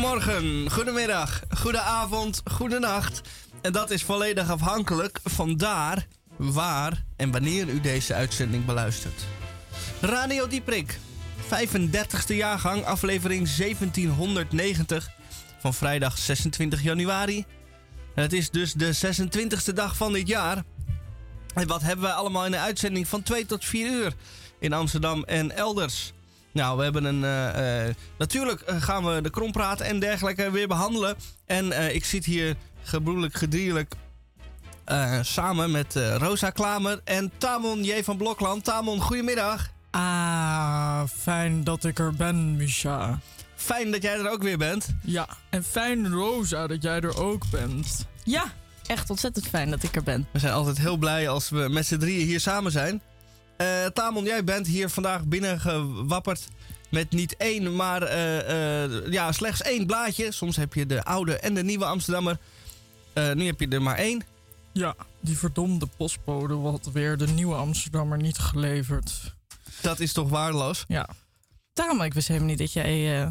Goedemorgen, goedemiddag, goedenavond, goedenacht. En dat is volledig afhankelijk van daar, waar en wanneer u deze uitzending beluistert. Radio Dieprik, 35e jaargang, aflevering 1790 van vrijdag 26 januari. En het is dus de 26e dag van dit jaar. En wat hebben wij allemaal in de uitzending van 2 tot 4 uur in Amsterdam en elders? Nou, we hebben natuurlijk gaan we de krompraat en dergelijke weer behandelen. En ik zit hier gebroedelijk, gedierlijk samen met Rosa Klamer en Tamon J. van Blokland. Tamon, goedemiddag. Fijn dat ik er ben, Misha. Fijn dat jij er ook weer bent. Ja, en fijn, Rosa, dat jij er ook bent. Ja, echt ontzettend fijn dat ik er ben. We zijn altijd heel blij als we met z'n drieën hier samen zijn. Tamon, jij bent hier vandaag binnengewapperd met niet één, maar slechts 1 blaadje. Soms heb je de oude en de nieuwe Amsterdammer. Nu heb je er maar 1. Ja, die verdomde postbode had weer de nieuwe Amsterdammer niet geleverd. Dat is toch waardeloos? Ja. Daarom, ik wist helemaal niet dat jij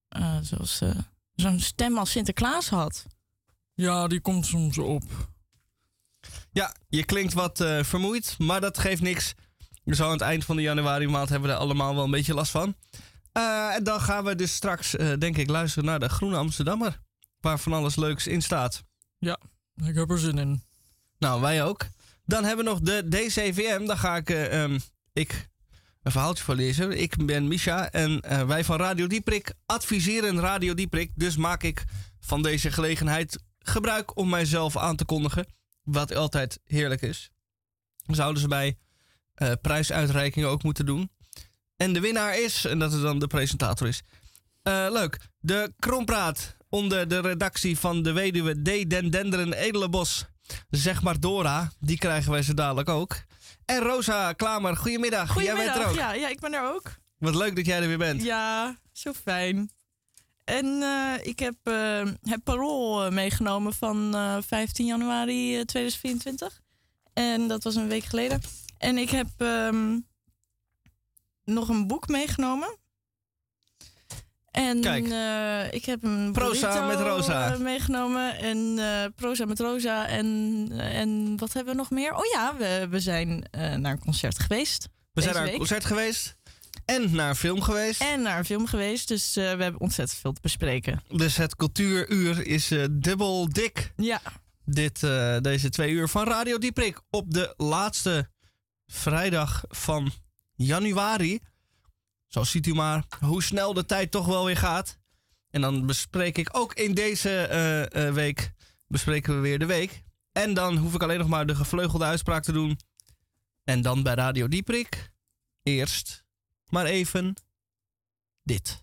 zo'n stem als Sinterklaas had. Ja, die komt soms op. Ja, je klinkt wat vermoeid, maar dat geeft niks. Zo aan het eind van de januari maand hebben we er allemaal wel een beetje last van. En dan gaan we dus straks, denk ik, luisteren naar de Groene Amsterdammer. Waar van alles leuks in staat. Ja, ik heb er zin in. Nou, wij ook. Dan hebben we nog de DCVM. Daar ga ik een verhaaltje voor lezen. Ik ben Misha en wij van Radio Dieprik adviseren Radio Dieprik. Dus maak ik van deze gelegenheid gebruik om mijzelf aan te kondigen. Wat altijd heerlijk is. Zouden ze bij prijsuitreikingen ook moeten doen. En de winnaar is, en dat is dan de presentator is. Leuk. De Krompraat onder de redactie van de weduwe D. Den Denderen Edelenbos. Zeg maar Dora, die krijgen wij zo dadelijk ook. En Rosa Klamer, goedemiddag. Goedemiddag, jij bent er ook. Ja, ik ben er ook. Wat leuk dat jij er weer bent. Ja, zo fijn. En ik heb het Parool meegenomen van 15 januari 2024. En dat was een week geleden. En ik heb nog een boek meegenomen. En kijk, ik heb een Proza met Rosa meegenomen. En Proza met Rosa. En wat hebben we nog meer? Oh ja, we zijn naar een concert geweest. We zijn naar een concert geweest. En naar een film geweest. Dus we hebben ontzettend veel te bespreken. Dus het cultuuruur is dubbel dik. Ja. Deze 2 uur van Radio Dieprik op de laatste vrijdag van januari. Zo ziet u maar hoe snel de tijd toch wel weer gaat. En dan bespreek ik ook in deze week bespreken we weer de week. En dan hoef ik alleen nog maar de gevleugelde uitspraak te doen. En dan bij Radio Dieprik eerst maar even dit.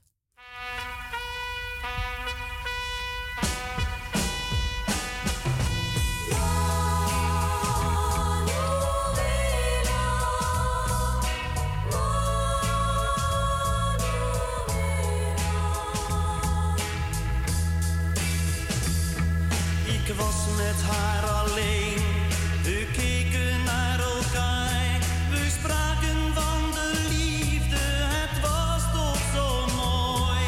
Ik was met haar alleen, we keken naar elkaar, we spraken van de liefde, het was toch zo mooi.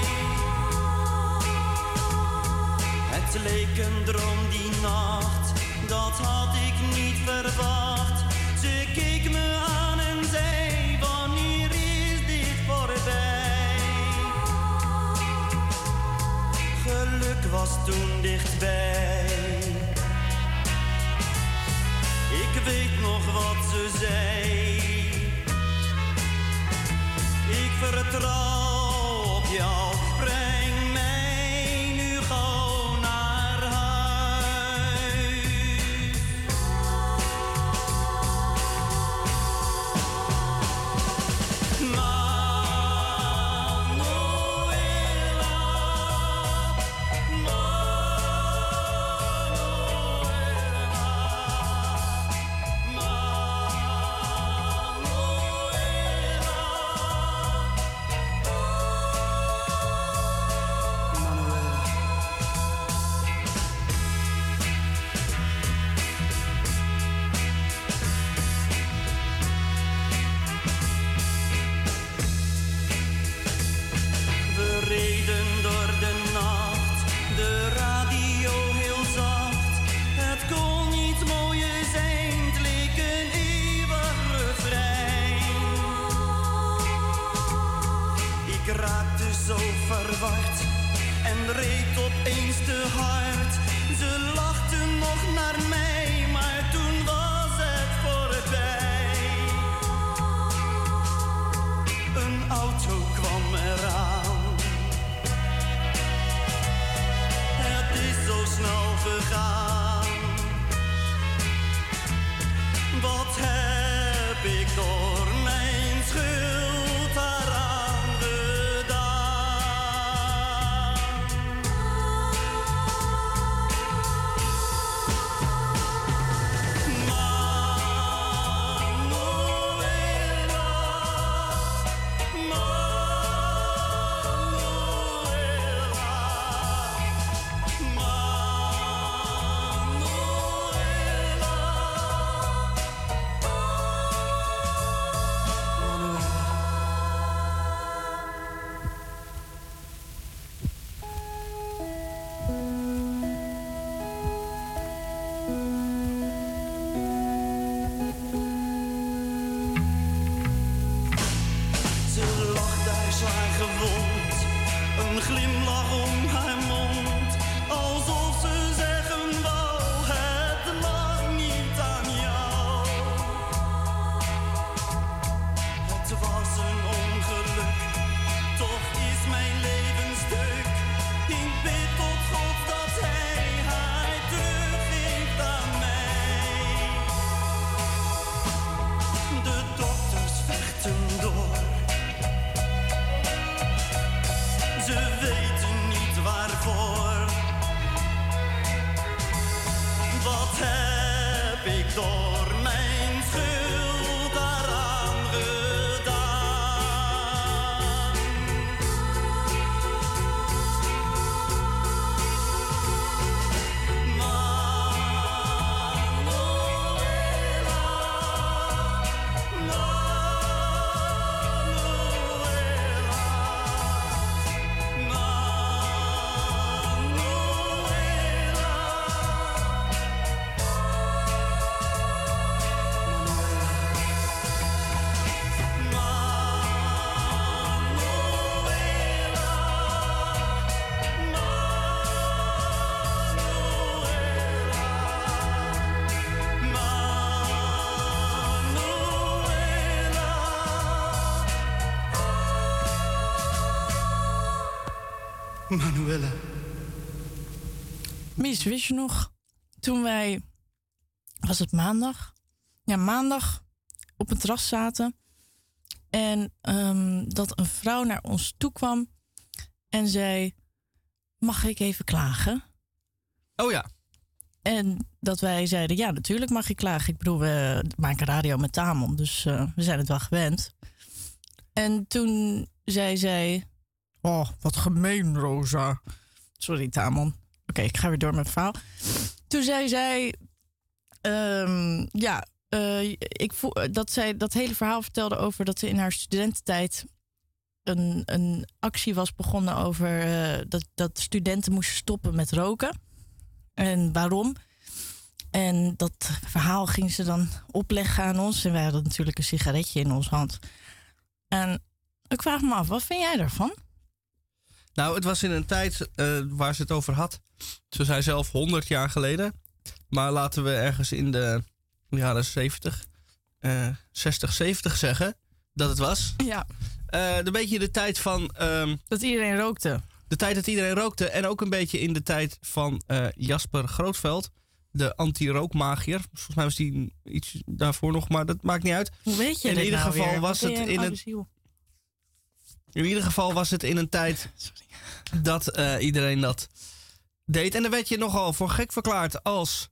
Het leek een droom die nacht, dat had ik niet verwacht. Ze keek me aan en zei, wanneer is dit voorbij? Geluk was toen dichtbij. Ik weet nog wat ze zei. Ik vertrouw op jou. Breng mij nu gauw naar huis. zo verward en reed opeens te hard. Ze lachten nog naar mij, maar toen was het voorbij. Een auto kwam eraan. Het is zo snel gegaan. Wat heb ik door mijn schuld daaraan gedaan? Manuela, ze lag daar zwaar gewond, een glimlach om haar mond, alsof ze zeggen wou, het lag niet aan jou. Het was een ongeluk, toch is mijn leven stuk. Ik bid tot God dat hij haar teruggeeft aan mij. De dokters vechten door. Ze weten niet waarvoor. Wat heb ik door mijn schuld daaraan gedaan? Manuela. Mies, wist je nog, toen wij, was het maandag? Ja, maandag op het terras zaten. En dat een vrouw naar ons toe kwam en zei, mag ik even klagen? Oh ja. En dat wij zeiden, ja, natuurlijk mag je klagen. Ik bedoel, we maken radio met Tamon, dus we zijn het wel gewend. En toen zei zij, oh, wat gemeen, Rosa. Sorry, Tamon. Oké, ik ga weer door met het verhaal. Toen zei zij, ik voel dat zij dat hele verhaal vertelde over dat ze in haar studententijd een actie was begonnen over dat studenten moesten stoppen met roken. En waarom? En dat verhaal ging ze dan opleggen aan ons. En wij hadden natuurlijk een sigaretje in onze hand. En ik vraag me af, wat vind jij daarvan? Nou, het was in een tijd waar ze het over had. Ze zei zelf 100 jaar geleden. Maar laten we ergens in de jaren 70, 60, 70 zeggen dat het was. Ja. Een beetje de tijd van... dat iedereen rookte. De tijd dat iedereen rookte. En ook een beetje in de tijd van Jasper Grootveld. De anti-rookmagier. Volgens mij was die iets daarvoor nog, maar dat maakt niet uit. Hoe weet je in dit ieder nou geval weer? was het in ieder geval was het in een tijd dat iedereen dat deed. En dan werd je nogal voor gek verklaard als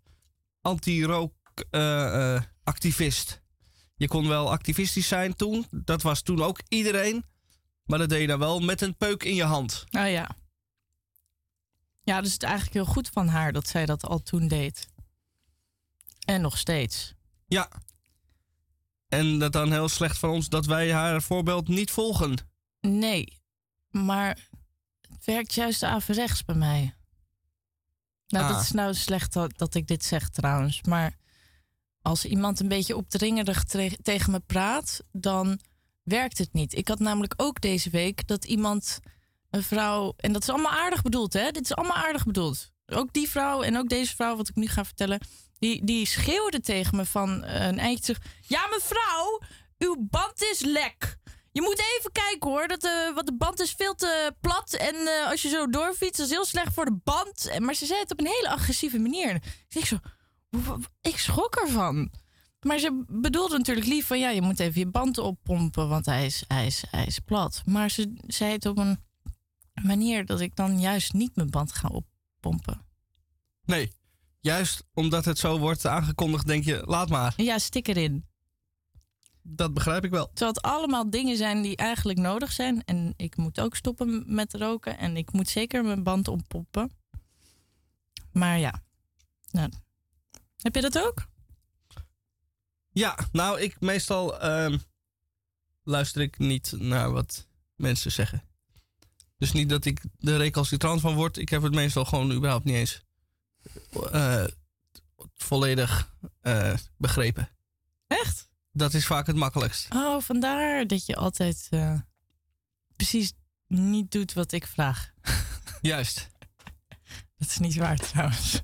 anti-rook-activist. Je kon wel activistisch zijn toen. Dat was toen ook iedereen. Maar dat deed je dan wel met een peuk in je hand. Nou ja. Ja, dus het is eigenlijk heel goed van haar dat zij dat al toen deed. En nog steeds. Ja. En dat dan heel slecht van ons dat wij haar voorbeeld niet volgen. Nee, maar het werkt juist averechts bij mij. Nou, dat is nou slecht dat ik dit zeg trouwens. Maar als iemand een beetje opdringerig tegen me praat, dan werkt het niet. Ik had namelijk ook deze week dat iemand een vrouw... En dat is allemaal aardig bedoeld, hè? Dit is allemaal aardig bedoeld. Ook die vrouw en ook deze vrouw, wat ik nu ga vertellen... Die schreeuwde tegen me van een eindje terug... Ja, mevrouw, uw band is lek. Je moet even kijken, hoor. Want de band is veel te plat. En als je zo doorfietst, dat is heel slecht voor de band. Maar ze zei het op een hele agressieve manier. Ik schrok ervan. Maar ze bedoelde natuurlijk lief van... Ja, je moet even je band oppompen, want hij is plat. Maar ze zei het op een manier dat ik dan juist niet mijn band ga oppompen. Nee, juist omdat het zo wordt aangekondigd, denk je, laat maar. Ja, stik erin. Dat begrijp ik wel. Terwijl het allemaal dingen zijn die eigenlijk nodig zijn. En ik moet ook stoppen met roken. En ik moet zeker mijn band oppompen. Maar ja. Nou, heb je dat ook? Ja, nou, ik meestal luister ik niet naar wat mensen zeggen. Dus niet dat ik er recalcitrant van word. Ik heb het meestal gewoon überhaupt niet eens volledig begrepen. Echt? Dat is vaak het makkelijkst. Oh, vandaar dat je altijd precies niet doet wat ik vraag. Juist. Dat is niet waar trouwens.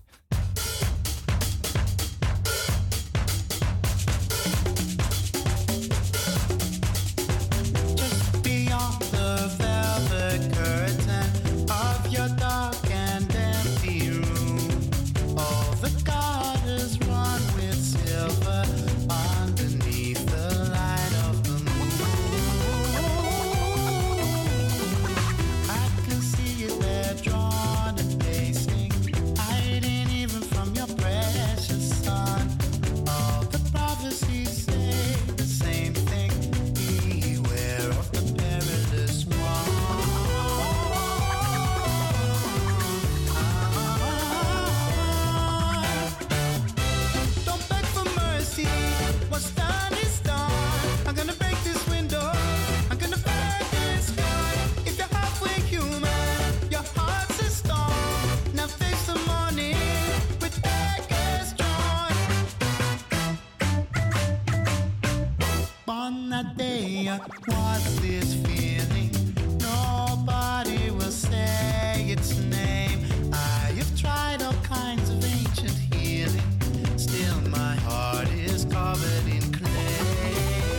What's this feeling? Nobody will say its name. I have tried all kinds of ancient healing. Still my heart is covered in clay.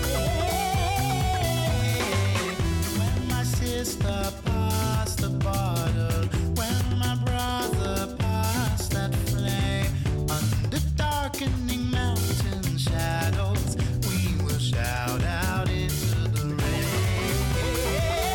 When my sister passed the bottle, when my brother passed that flame, under darkening mountain shadows, we will shout out into the rain.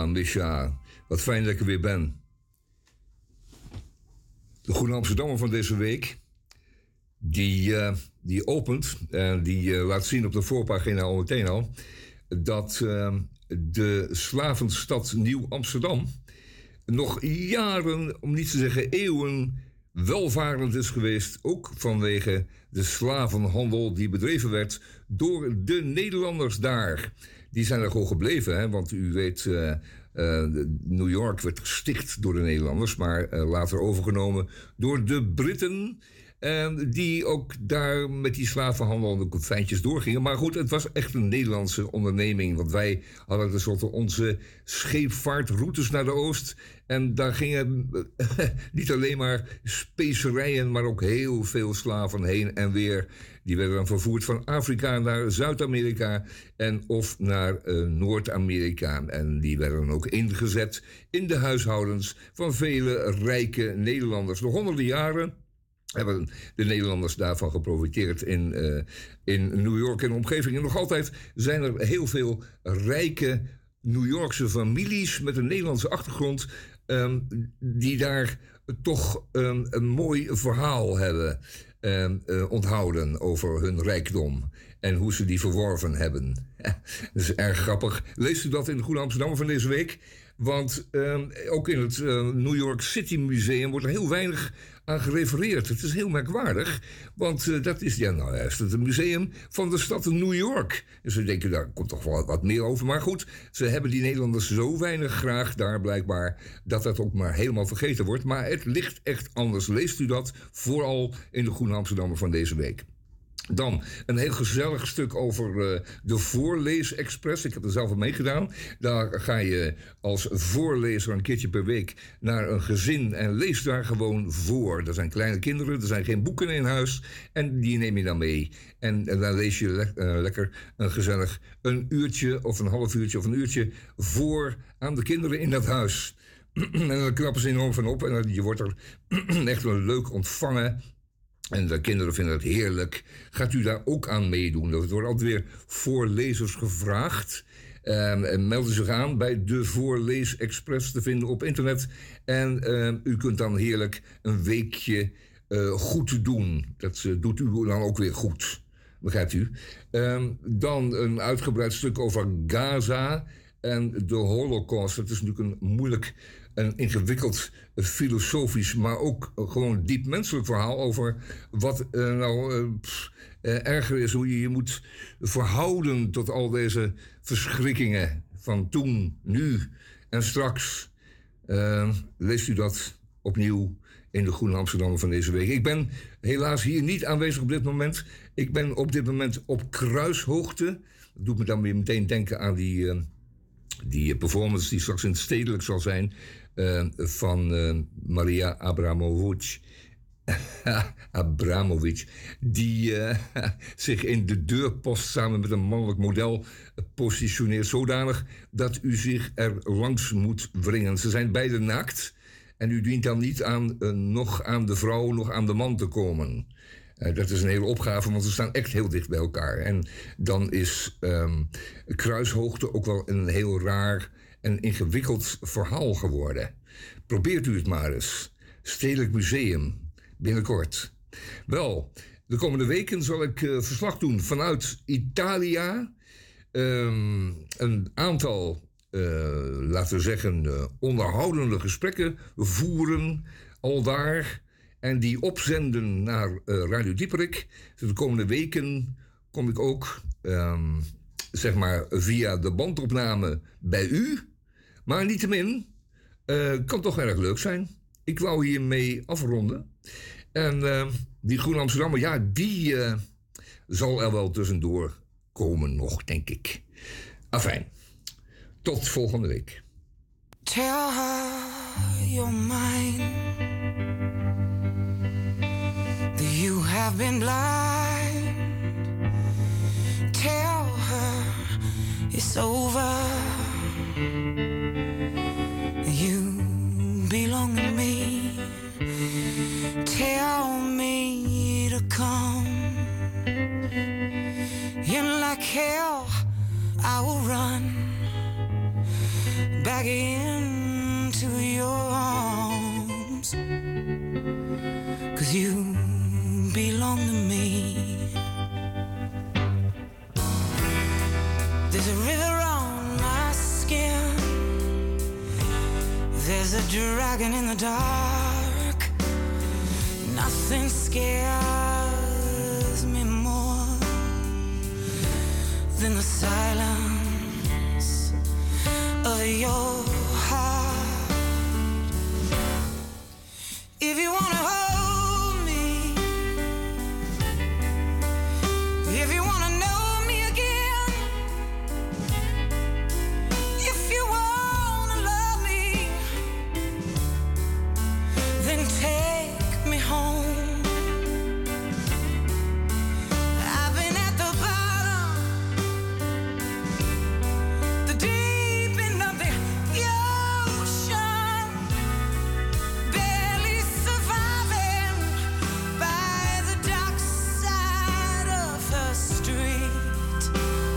Misha. Wat fijn dat ik er weer ben. De Groene Amsterdammer van deze week, die opent en die laat zien op de voorpagina al meteen al dat de slavenstad Nieuw-Amsterdam nog jaren, om niet te zeggen eeuwen, welvarend is geweest, ook vanwege de slavenhandel die bedreven werd door de Nederlanders daar. Die zijn er gewoon gebleven, hè? Want u weet, New York werd gesticht door de Nederlanders, maar later overgenomen door de Britten. Die ook daar met die slavenhandel ook fijntjes doorgingen. Maar goed, het was echt een Nederlandse onderneming. Want wij hadden tenslotte onze scheepvaartroutes naar de oost. En daar gingen niet alleen maar specerijen, maar ook heel veel slaven heen en weer. Die werden dan vervoerd van Afrika naar Zuid-Amerika en of naar Noord-Amerika. En die werden dan ook ingezet in de huishoudens van vele rijke Nederlanders. Nog honderden jaren hebben de Nederlanders daarvan geprofiteerd in New York en omgeving. En nog altijd zijn er heel veel rijke New Yorkse families met een Nederlandse achtergrond die daar toch een mooi verhaal hebben onthouden over hun rijkdom en hoe ze die verworven hebben. Dat is erg grappig. Leest u dat in de Groene Amsterdammer van deze week? Want ook in het New York City Museum wordt er heel weinig aan gerefereerd. Het is heel merkwaardig, want dat is het museum van de stad New York. Dus we denken, daar komt toch wel wat meer over. Maar goed, ze hebben die Nederlanders zo weinig graag daar blijkbaar, dat dat ook maar helemaal vergeten wordt. Maar het ligt echt anders. Leest u dat vooral in de Groene Amsterdammer van deze week. Dan een heel gezellig stuk over de Voorleesexpress. Ik heb er zelf al meegedaan. Daar ga je als voorlezer een keertje per week naar een gezin en lees daar gewoon voor. Er zijn kleine kinderen, er zijn geen boeken in huis en die neem je dan mee. En dan lees je lekker gezellig een uurtje of een half uurtje of een uurtje voor aan de kinderen in dat huis. En dan knappen ze enorm van op en je wordt er echt wel leuk ontvangen. En de kinderen vinden het heerlijk. Gaat u daar ook aan meedoen? Er wordt altijd weer voorlezers gevraagd. En melden zich aan bij de Voorleesexpress te vinden op internet. En u kunt dan heerlijk een weekje goed doen. Dat doet u dan ook weer goed. Begrijpt u? Dan een uitgebreid stuk over Gaza en de Holocaust. Dat is natuurlijk een moeilijk en ingewikkeld filosofisch, maar ook gewoon diep menselijk verhaal over wat erger is, hoe je je moet verhouden tot al deze verschrikkingen van toen, nu en straks. Leest u dat opnieuw in de Groene Amsterdammer van deze week. Ik ben helaas hier niet aanwezig op dit moment. Ik ben op dit moment op kruishoogte. Dat doet me dan weer meteen denken aan die performance die straks in het Stedelijk zal zijn van Maria Abramovic, die zich in de deurpost samen met een mannelijk model positioneert zodanig dat u zich er langs moet wringen. Ze zijn beide naakt en u dient dan niet aan nog aan de vrouw, nog aan de man te komen. Dat is een hele opgave, want ze staan echt heel dicht bij elkaar. En dan is kruishoogte ook wel een heel raar en ingewikkeld verhaal geworden. Probeert u het maar eens. Stedelijk Museum, binnenkort. Wel, de komende weken zal ik verslag doen vanuit Italië. Een aantal, laten we zeggen, onderhoudende gesprekken voeren al daar. En die opzenden naar Radio Dieperik. De komende weken kom ik ook, zeg maar, via de bandopname bij u. Maar niettemin, kan toch erg leuk zijn. Ik wou hiermee afronden. En die Groene Amsterdammer, ja, die zal er wel tussendoor komen nog, denk ik. Afijn, tot volgende week. Tell her you're mine. You have been blind. Tell her it's over. You belong to me. Tell me to come. And like hell I will run. back into your arms, 'cause you belong to me. There's a river on my skin, there's a dragon in the dark. Nothing scares me more than the silence of your heart. If you wanna hold me, if you wanna know me again, if you wanna love me, then take me home. I've been at the bottom, the deep end of the ocean, barely surviving by the dark side of her street.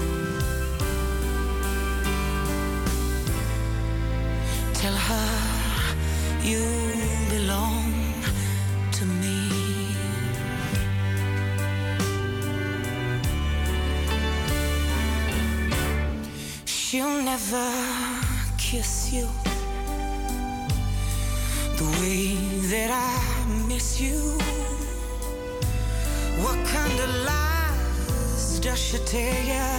Tell her you belong to me. She'll never kiss you the way that I miss you. What kind of lies does she tell you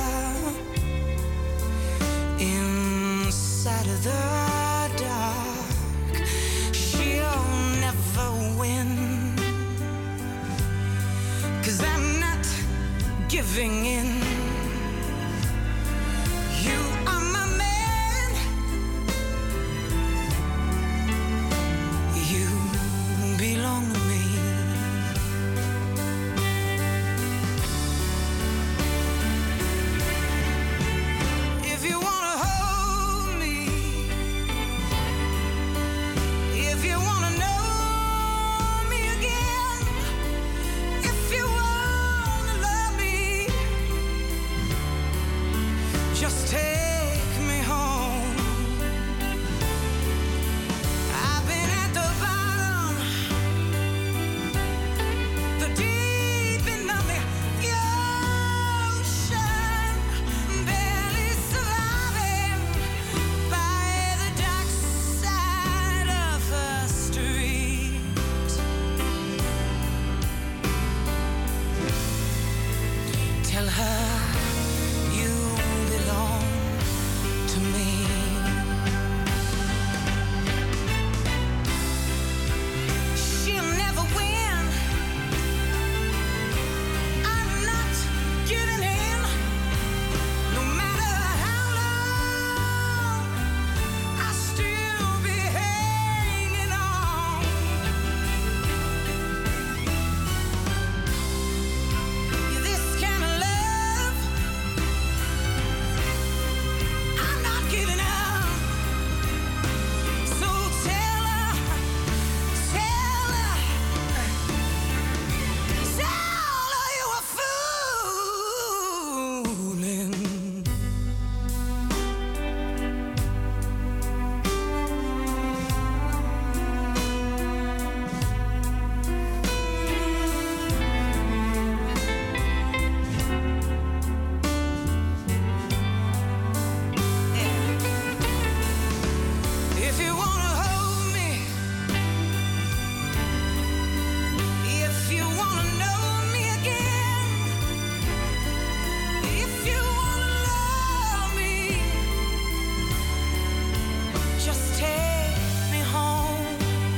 inside of the dark? She'll never win, 'cause I'm not giving in. You are my man, you belong to me. If you wanna hold me, if you wanna know me again, if you wanna love me, just take me home. I've been at the bottom, the deep end of the ocean, barely surviving by the dark side of her street. Tell her you belong to me. She'll never win, I'm not giving in. No matter how long, I'll still be hanging on. This kind of love, I'm not giving up. So tell her you were fooling. If you wanna hold me, if you wanna know me again, if you wanna love me, just take me home.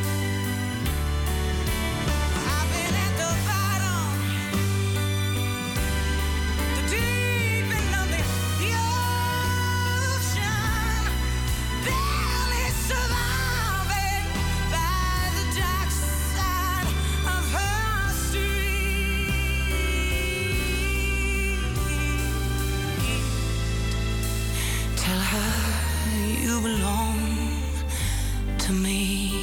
I've been at the bottom, the deep end of the ocean, barely surviving by the dark side of her street. Tell her you belong to me.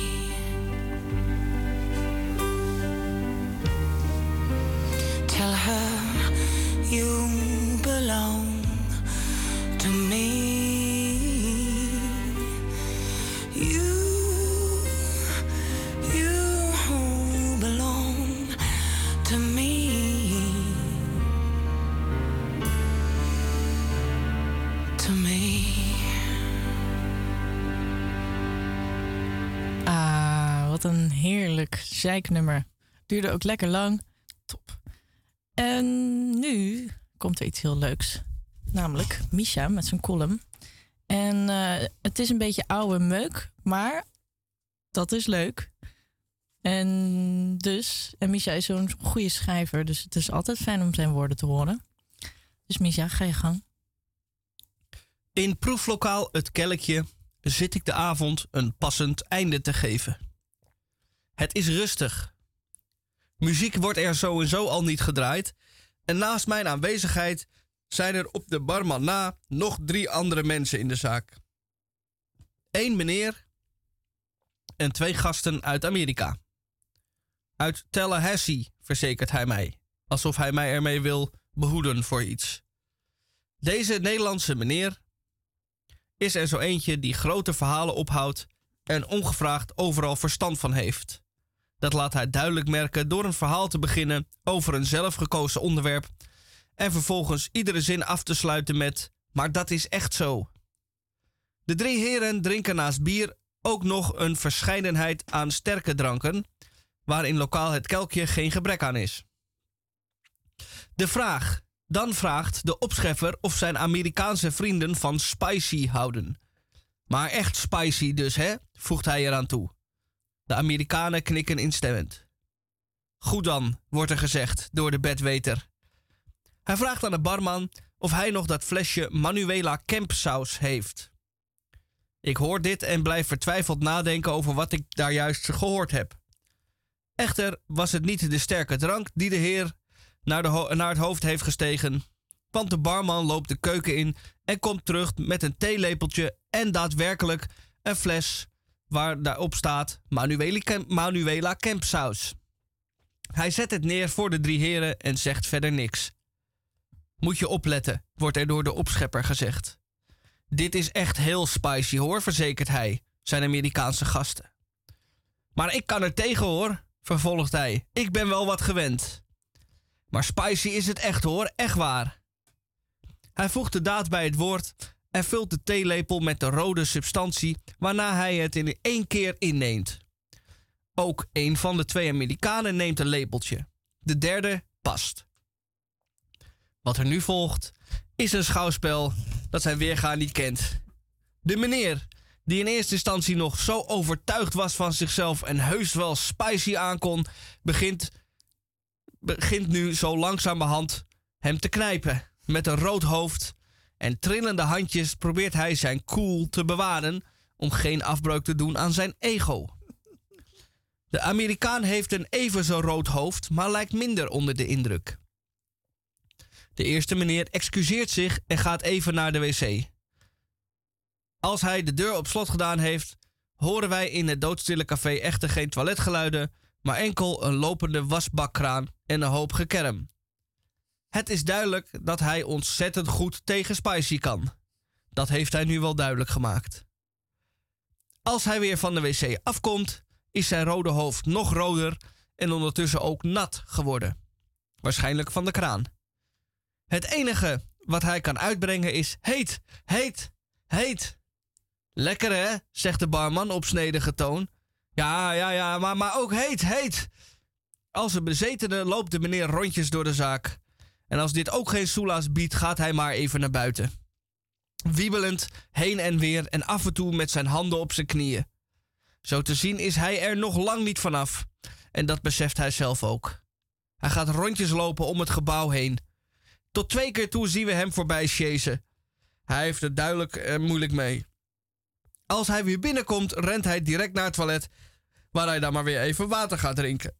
Tell her you belong to me. to me. Wat een heerlijk zeiknummer. Duurde ook lekker lang. Top. En nu komt er iets heel leuks. Namelijk Misha met zijn column. En het is een beetje oude meuk, maar dat is leuk. En Misha is zo'n goede schrijver, dus het is altijd fijn om zijn woorden te horen. Dus Misha, ga je gang. In proeflokaal Het Kelkje zit ik de avond een passend einde te geven. Het is rustig. Muziek wordt er zo en zo al niet gedraaid. En naast mijn aanwezigheid zijn er op de barman na nog 3 andere mensen in de zaak. 1 meneer en 2 gasten uit Amerika. Uit Tallahassee, verzekert hij mij. Alsof hij mij ermee wil behoeden voor iets. Deze Nederlandse meneer is er zo eentje die grote verhalen ophoudt en ongevraagd overal verstand van heeft. Dat laat hij duidelijk merken door een verhaal te beginnen over een zelfgekozen onderwerp en vervolgens iedere zin af te sluiten met: maar dat is echt zo. De 3 heren drinken naast bier ook nog een verscheidenheid aan sterke dranken, waar in lokaal Het Kelkje geen gebrek aan is. Dan vraagt de opscheffer of zijn Amerikaanse vrienden van spicy houden. Maar echt spicy dus, hè? Voegt hij eraan toe. De Amerikanen knikken instemmend. Goed dan, wordt er gezegd door de bedweter. Hij vraagt aan de barman of hij nog dat flesje Manuela Kempsaus heeft. Ik hoor dit en blijf vertwijfeld nadenken over wat ik daar juist gehoord heb. Echter was het niet de sterke drank die de heer naar het hoofd heeft gestegen, want de barman loopt de keuken in en komt terug met een theelepeltje en daadwerkelijk een fles waar daarop staat Manuela Kempsaus. Hij zet het neer voor de 3 heren en zegt verder niks. Moet je opletten, wordt er door de opschepper gezegd. Dit is echt heel spicy hoor, verzekert hij zijn Amerikaanse gasten. Maar ik kan er tegen hoor, vervolgt hij. Ik ben wel wat gewend. Maar spicy is het echt hoor, echt waar. Hij voegt de daad bij het woord en vult de theelepel met de rode substantie, waarna hij het in 1 keer inneemt. Ook een van de 2 Amerikanen neemt een lepeltje. De derde past. Wat er nu volgt is een schouwspel dat zijn weerga niet kent. De meneer, die in eerste instantie nog zo overtuigd was van zichzelf en heus wel spicy aankon, begint nu zo langzamerhand hem te knijpen. Met een rood hoofd en trillende handjes probeert hij zijn cool te bewaren om geen afbreuk te doen aan zijn ego. De Amerikaan heeft een even zo rood hoofd, maar lijkt minder onder de indruk. De eerste meneer excuseert zich en gaat even naar de wc. Als hij de deur op slot gedaan heeft, horen wij in het doodstille café echter geen toiletgeluiden, maar enkel een lopende wasbakkraan en een hoop gekerm. Het is duidelijk dat hij ontzettend goed tegen spicy kan. Dat heeft hij nu wel duidelijk gemaakt. Als hij weer van de wc afkomt, is zijn rode hoofd nog roder en ondertussen ook nat geworden. Waarschijnlijk van de kraan. Het enige wat hij kan uitbrengen is heet, heet, heet. Lekker hè, zegt de barman op snedige toon. Ja, maar ook heet, heet. Als een bezetene loopt de meneer rondjes door de zaak. En als dit ook geen soelaas biedt, gaat hij maar even naar buiten. Wiebelend heen en weer en af en toe met zijn handen op zijn knieën. Zo te zien is hij er nog lang niet vanaf. En dat beseft hij zelf ook. Hij gaat rondjes lopen om het gebouw heen. Tot 2 keer toe zien we hem voorbij sjezen. Hij heeft het duidelijk moeilijk mee. Als hij weer binnenkomt, rent hij direct naar het toilet, waar hij dan maar weer even water gaat drinken.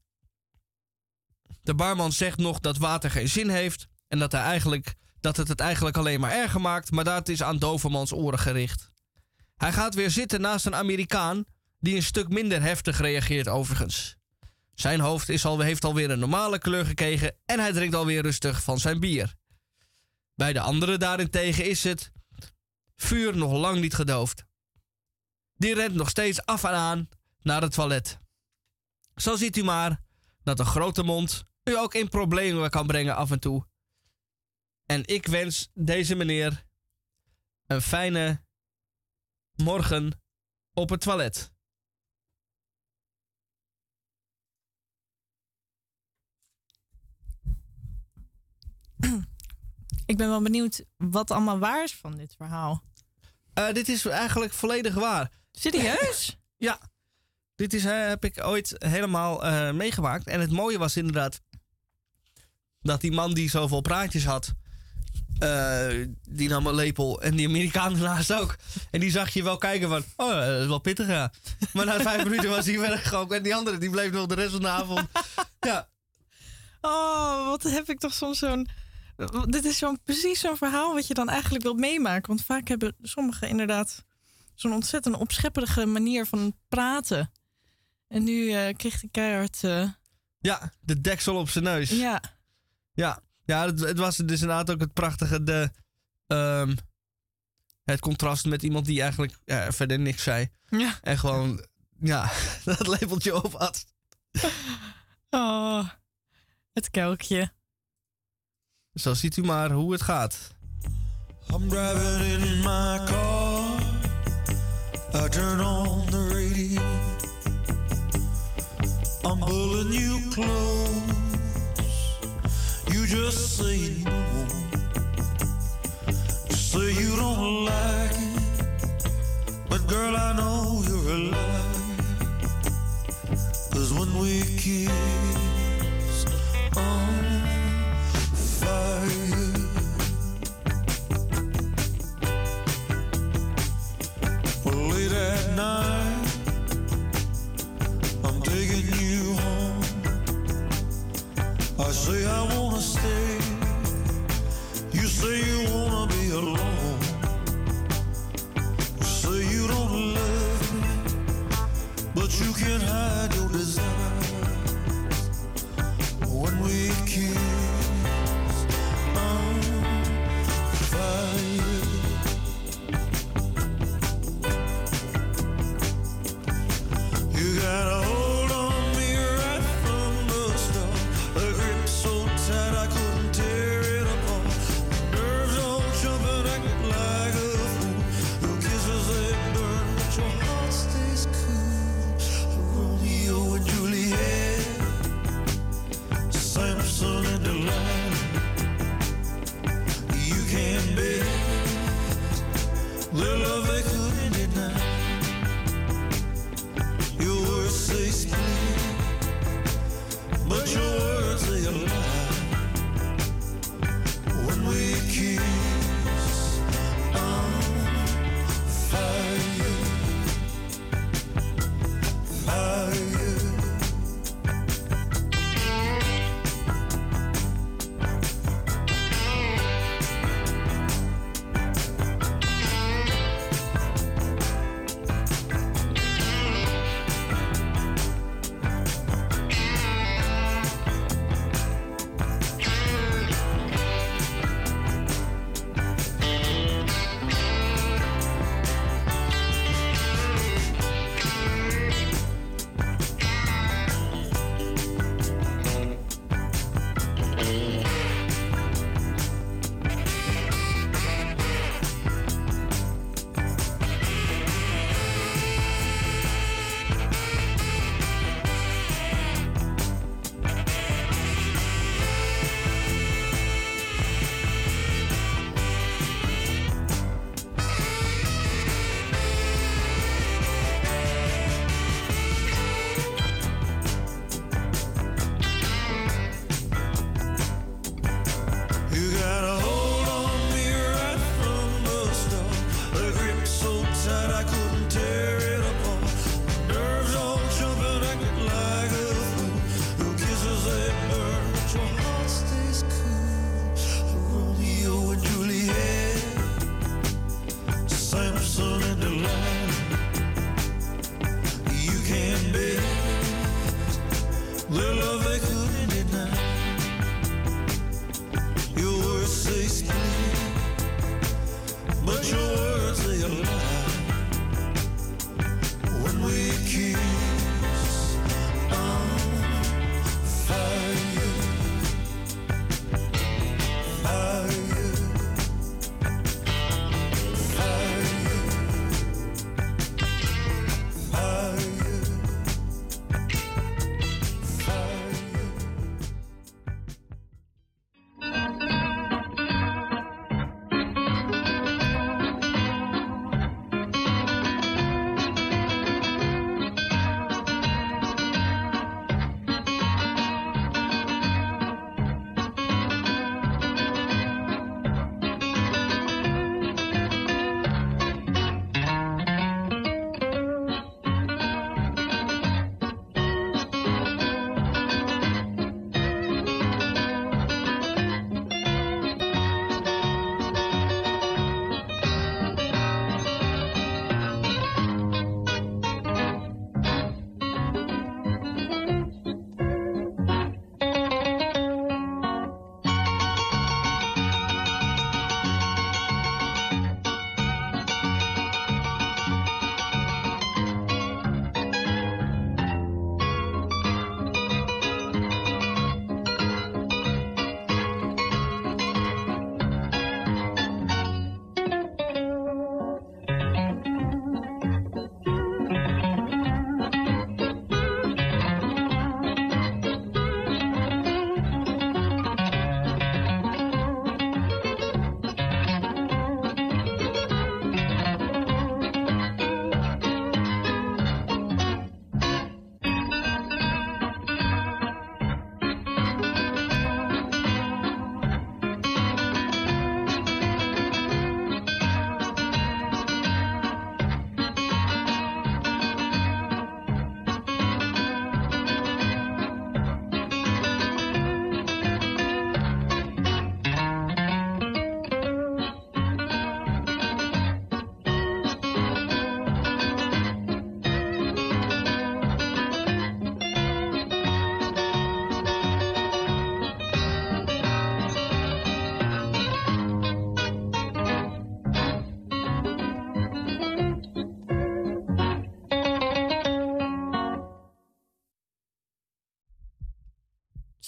De barman zegt nog dat water geen zin heeft en dat het eigenlijk alleen maar erger maakt, maar dat is aan Dovermans oren gericht. Hij gaat weer zitten naast een Amerikaan die een stuk minder heftig reageert overigens. Zijn hoofd heeft alweer een normale kleur gekregen en hij drinkt alweer rustig van zijn bier. Bij de anderen daarentegen is het vuur nog lang niet gedoofd. Die rent nog steeds af en aan naar het toilet. Zo ziet u maar dat een grote mond u ook in problemen kan brengen af en toe. En ik wens deze meneer een fijne morgen op het toilet. Ik ben wel benieuwd wat allemaal waar is van dit verhaal. Dit is eigenlijk volledig waar. Serieus? Ja, dit heb ik ooit helemaal meegemaakt. En het mooie was inderdaad dat die man die zoveel praatjes had, die nam een lepel en die Amerikaan daarnaast ook. En die zag je wel kijken van, oh, dat is wel pittig, ja. Maar na 5 minuten was hij weggegaan en die andere die bleef nog de rest van de avond. Ja. Oh, wat heb ik toch soms zo'n... Dit is precies zo'n verhaal wat je dan eigenlijk wilt meemaken. Want vaak hebben sommigen inderdaad zo'n ontzettend opschepperige manier van praten. En nu kreeg hij keihard... Ja, de deksel op zijn neus. Ja. Ja, het was dus inderdaad ook het prachtige... het contrast met iemand die eigenlijk verder niks zei. Ja. En gewoon, dat lepeltje op had. Oh, het kelkje. Zo ziet u maar hoe het gaat. I'm driving in my car. I turn on the radio. I'm pulling you close. You just say no. You say you don't like it. But girl, I know you're a liar. 'Cause when we kiss on fire. Well, late at night, I'm taking you home. I say I wanna stay. You say you wanna be alone. You say you don't love me, but you can't hide your desire.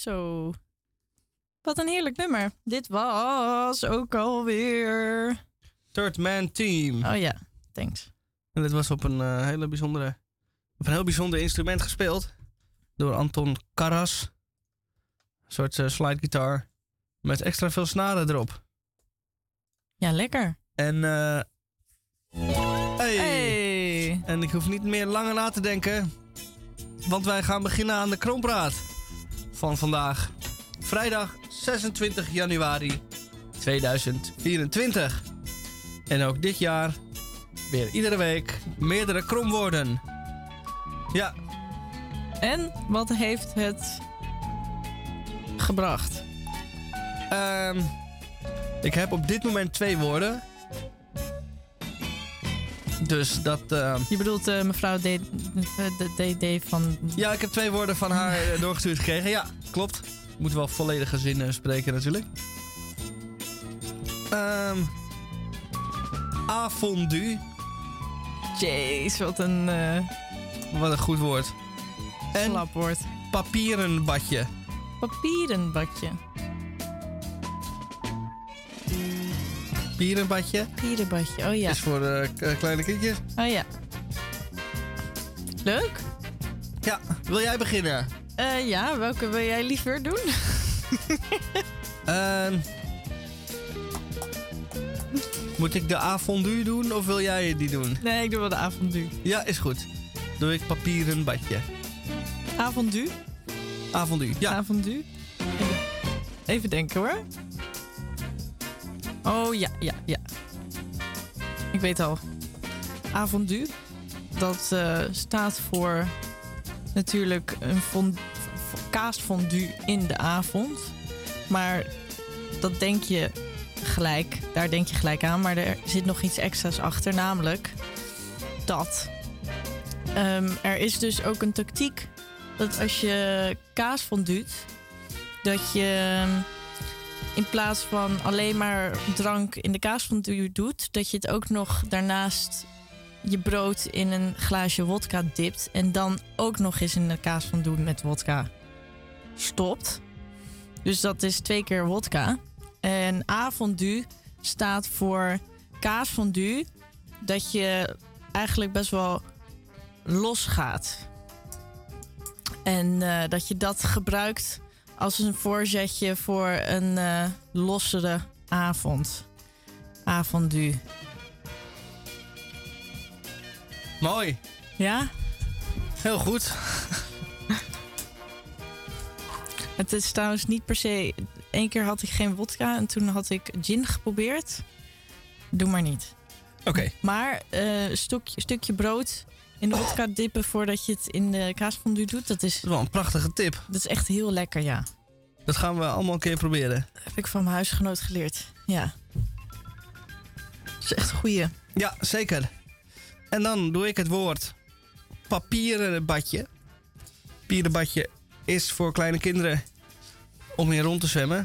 Zo. Wat een heerlijk nummer. Dit was ook alweer... Third Man Team. Oh ja, thanks. En dit was op een heel bijzonder instrument gespeeld. Door Anton Karas. Een soort slidegitaar. Met extra veel snaren erop. Ja, lekker. En Hey. En ik hoef niet meer langer na te denken. Want wij gaan beginnen aan de Kroonpraat van vandaag. Vrijdag 26 januari 2024. En ook dit jaar weer iedere week meerdere kromwoorden. Ja. En wat heeft het gebracht? Ik heb op dit moment 2 woorden. Dus dat... Je bedoelt mevrouw D van... Ja, ik heb 2 woorden van haar doorgestuurd gekregen. Ja, klopt. Moet wel volledige zinnen spreken natuurlijk. Afondu. Jeez, wat een Wat een goed woord. En slap woord. papieren badje. Papierenbadje. Papierenbadje. Papierenbadje, oh ja. Is voor kleine kindjes. Oh ja. Leuk. Ja, wil jij beginnen? Ja, welke wil jij liever doen? Moet ik de afondu doen of wil jij die doen? Nee, ik doe wel de avondu. Ja, is goed. Doe ik papieren badje. Avondu? Afondu, ja. Avondu. Even denken hoor. Oh ja. Ik weet al. Avondu. Dat staat voor natuurlijk een kaasfondue in de avond. Maar dat denk je gelijk. Daar denk je gelijk aan. Maar er zit nog iets extra's achter. Namelijk dat er is dus ook een tactiek dat als je kaas fonduut, dat je in plaats van alleen maar drank in de kaasfondue doet, dat je het ook nog daarnaast je brood in een glaasje wodka dipt en dan ook nog eens in de kaasfondue met wodka stopt. Dus dat is 2 keer wodka. En avondue staat voor kaasfondue, dat je eigenlijk best wel los gaat. En dat je dat gebruikt als een voorzetje voor een lossere avond. Avondue. Mooi. Ja? Heel goed. Het is trouwens niet per se... 1 keer had ik geen wodka en toen had ik gin geprobeerd. Doe maar niet. Oké. Maar stukje brood in de wodka dippen voordat je het in de kaasfondue doet, dat is wel een prachtige tip. Dat is echt heel lekker, ja. Dat gaan we allemaal een keer proberen. Dat heb ik van mijn huisgenoot geleerd. Ja. Dat is echt een goeie. Ja, zeker. En dan doe ik het woord papieren badje. Papieren badje is voor kleine kinderen om in rond te zwemmen.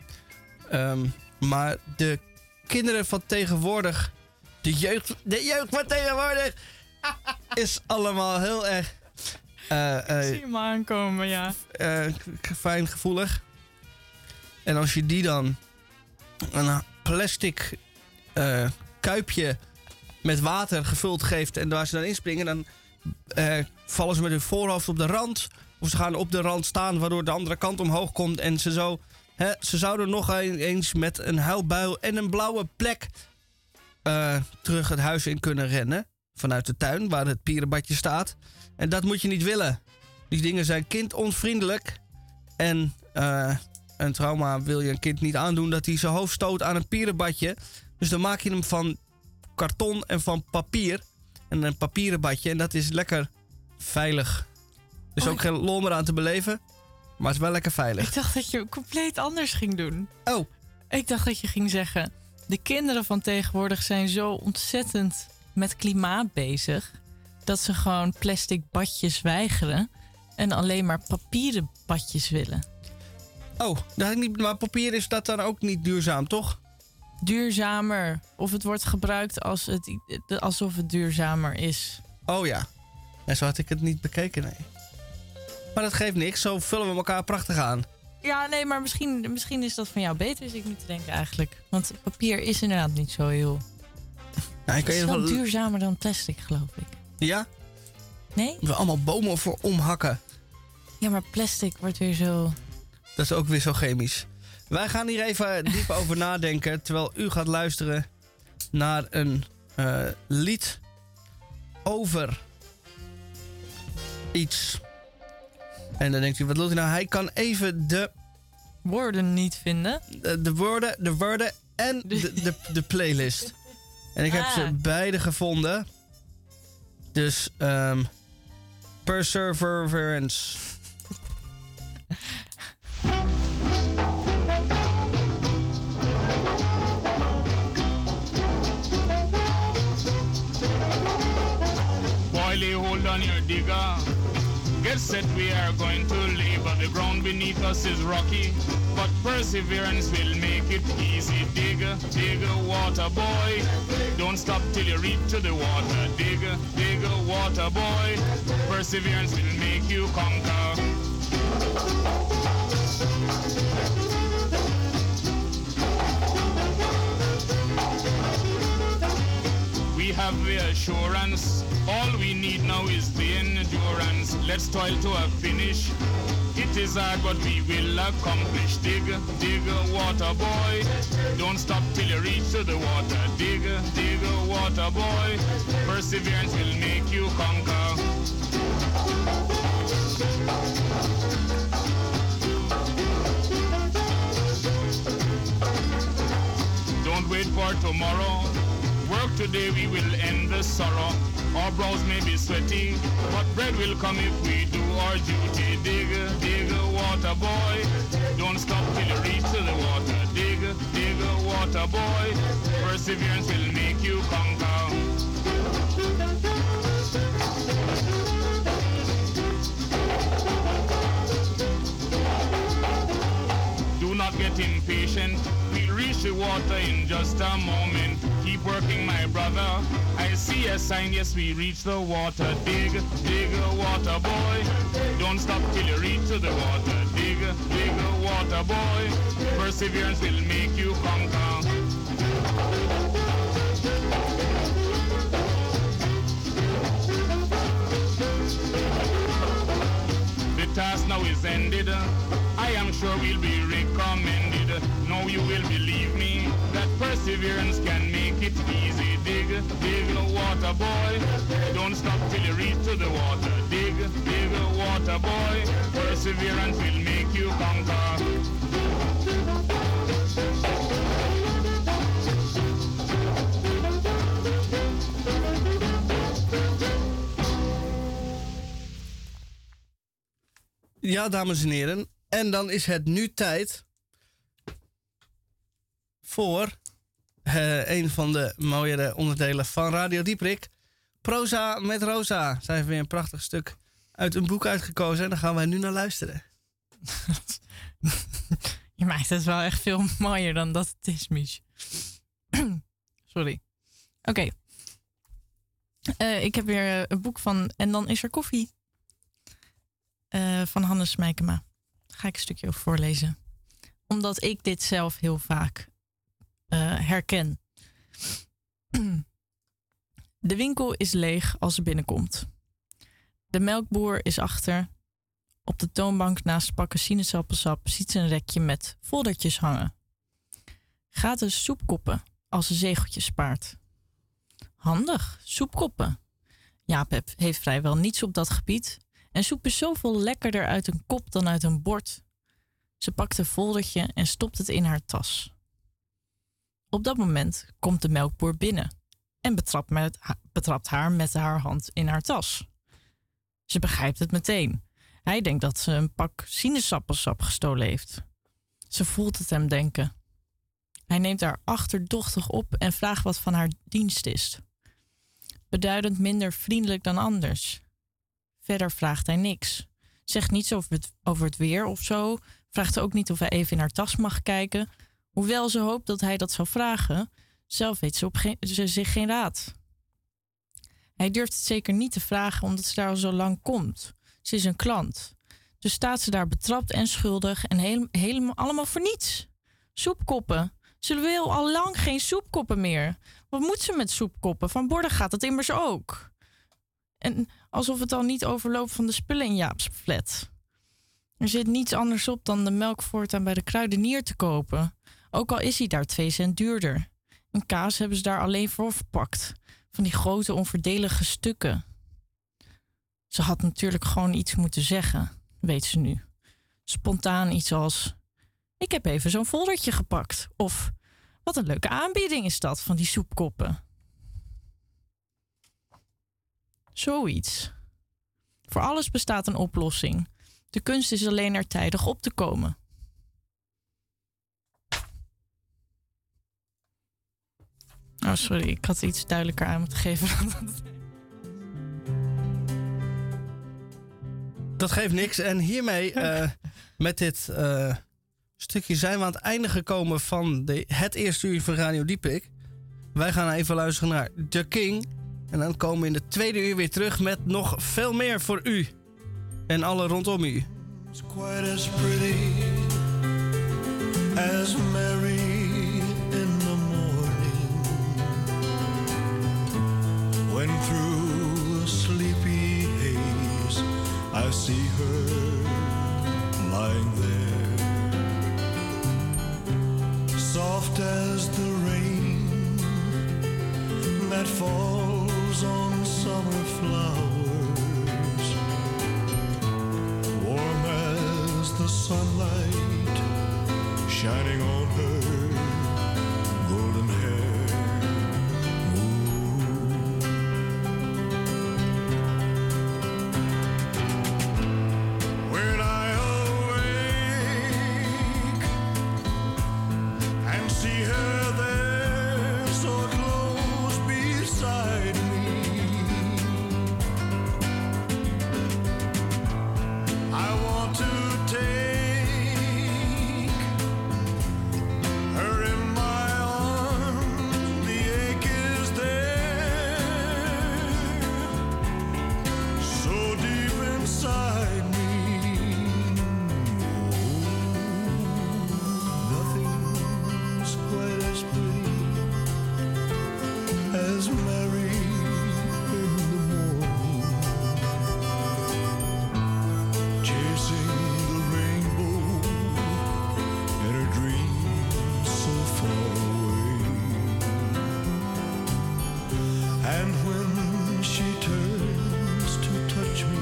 Maar de kinderen van tegenwoordig, de jeugd van tegenwoordig, is allemaal heel erg zie je me aankomen, ja. fijngevoelig. En als je die dan een plastic kuipje met water gevuld geeft en waar ze dan inspringen, dan vallen ze met hun voorhoofd op de rand. Of ze gaan op de rand staan, waardoor de andere kant omhoog komt. En ze zouden nog eens met een huilbuil en een blauwe plek terug het huis in kunnen rennen. Vanuit de tuin, waar het pierenbadje staat. En dat moet je niet willen. Die dingen zijn kindonvriendelijk. En een trauma wil je een kind niet aandoen dat hij zijn hoofd stoot aan een pierenbadje. Dus dan maak je hem van karton en van papier. En een papierenbadje. En dat is lekker veilig. Dus ook geen lol meer aan te beleven. Maar het is wel lekker veilig. Ik dacht dat je compleet anders ging doen. Oh. Ik dacht dat je ging zeggen, de kinderen van tegenwoordig zijn zo ontzettend met klimaat bezig, dat ze gewoon plastic badjes weigeren en alleen maar papieren badjes willen. Oh, dat had ik niet, maar papier is dat dan ook niet duurzaam, toch? Duurzamer. Of het wordt gebruikt alsof het duurzamer is. Oh ja. En zo had ik het niet bekeken, nee. Maar dat geeft niks, zo vullen we elkaar prachtig aan. Ja, nee, maar misschien is dat van jou beter, is ik nu te denken eigenlijk. Want papier is inderdaad niet zo heel... Nou, Het is wel duurzamer dan plastic, geloof ik. Ja? Nee? We allemaal bomen voor omhakken. Ja, maar plastic wordt weer zo... Dat is ook weer zo chemisch. Wij gaan hier even diep over nadenken, terwijl u gaat luisteren naar een lied over iets. En dan denkt u, wat doet hij nou? Hij kan even de woorden niet vinden. De woorden en de playlist. En ik heb ze beide gevonden. Dus, Perseverance. Boily, hold on your digger. Get set, we are going to labor. The ground beneath us is rocky, but perseverance will make it easy. Digger, digger, water boy. Don't stop till you reach to the water. Digger, digger, water boy. Perseverance will make you conquer. We have the assurance. All we need now is the endurance. Let's toil to a finish. It is hard, but we will accomplish. Digger, digger, water boy. Don't stop till you reach to the water. Digger, digger, water boy. Perseverance will make you conquer. Don't wait for tomorrow. Work today, we will end the sorrow. Our brows may be sweaty, but bread will come if we do our duty. Digger, digger, water boy. Don't stop till you reach to the water. Digger, digger, water boy. Perseverance will make you conquer. Do not get impatient. We'll reach the water in just a moment. Keep working, my brother. I see a sign, yes, we reach the water. Dig, dig, water boy. Don't stop till you reach to the water. Dig, dig, water boy. Perseverance will make you conquer. The task now is ended. I am sure we'll be recommended. Now you will believe me that perseverance can make it easy. Dig, dig, water boy. Don't stop till you reach to the water. Dig, dig, water boy. Perseverance will make you conquer. Ja, dames en heren. En dan is het nu tijd voor een van de mooiere onderdelen van Radio Dieprik. Proza met Rosa. Zij heeft weer een prachtig stuk uit een boek uitgekozen en daar gaan wij nu naar luisteren. Je maakt het wel echt veel mooier dan dat het is, Mich. Sorry. Oké. Ik heb weer een boek van En dan is er koffie. Van Hannes Meijkema. Daar ga ik een stukje over voorlezen. Omdat ik dit zelf heel vaak herken. De winkel is leeg als ze binnenkomt. De melkboer is achter. Op de toonbank naast pakken sinaasappelsap ziet ze een rekje met foldertjes hangen. Gratis soepkoppen als ze zegeltjes spaart. Handig, soepkoppen. Jaap heeft vrijwel niets op dat gebied. En soep is zoveel lekkerder uit een kop dan uit een bord. Ze pakt een foldertje en stopt het in haar tas. Op dat moment komt de melkboer binnen en betrapt haar met haar hand in haar tas. Ze begrijpt het meteen. Hij denkt dat ze een pak sinaasappelsap gestolen heeft. Ze voelt het hem denken. Hij neemt haar achterdochtig op en vraagt wat van haar dienst is. Beduidend minder vriendelijk dan anders. Verder vraagt hij niks. Zegt niets over het weer of zo. Vraagt ook niet of hij even in haar tas mag kijken. Hoewel ze hoopt dat hij dat zou vragen. Zelf weet ze zich geen raad. Hij durft het zeker niet te vragen omdat ze daar al zo lang komt. Ze is een klant. Dus staat ze daar betrapt en schuldig en helemaal allemaal voor niets. Soepkoppen. Ze wil al lang geen soepkoppen meer. Wat moet ze met soepkoppen? Van borden gaat het immers ook. En alsof het al niet overloopt van de spullen in Jaap's flat. Er zit niets anders op dan de melk voortaan bij de kruidenier te kopen. Ook al is hij daar 2 cent duurder. En kaas hebben ze daar alleen voor verpakt. Van die grote onverdelige stukken. Ze had natuurlijk gewoon iets moeten zeggen, weet ze nu. Spontaan iets als: ik heb even zo'n foldertje gepakt. Of: wat een leuke aanbieding is dat van die soepkoppen. Zoiets. Voor alles bestaat een oplossing. De kunst is alleen er tijdig op te komen. Oh, sorry, ik had iets duidelijker aan moeten geven. Dat geeft niks. En hiermee, met dit stukje, zijn we aan het einde gekomen van het eerste uur van Radio Dieprik. Wij gaan even luisteren naar The King. En dan komen we in de tweede uur weer terug met nog veel meer voor u. En alle rondom u. It's quite as pretty as Mary in the morning, when through a sleepy haze I see her lying there, soft as the rain that falls on summer flowers, warm as the sunlight shining on her golden hair. Ooh. When I awake and see her there so close beside me, I want to take her in my arms. The ache is there, so deep inside me. Nothing's quite as pretty as Mary in the morning, chasing the rainbow in her dreams so far away. And when she turns to touch me,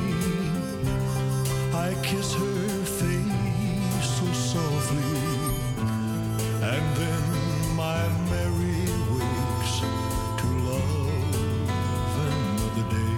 I kiss her face so softly, and then my Mary wakes to love another day.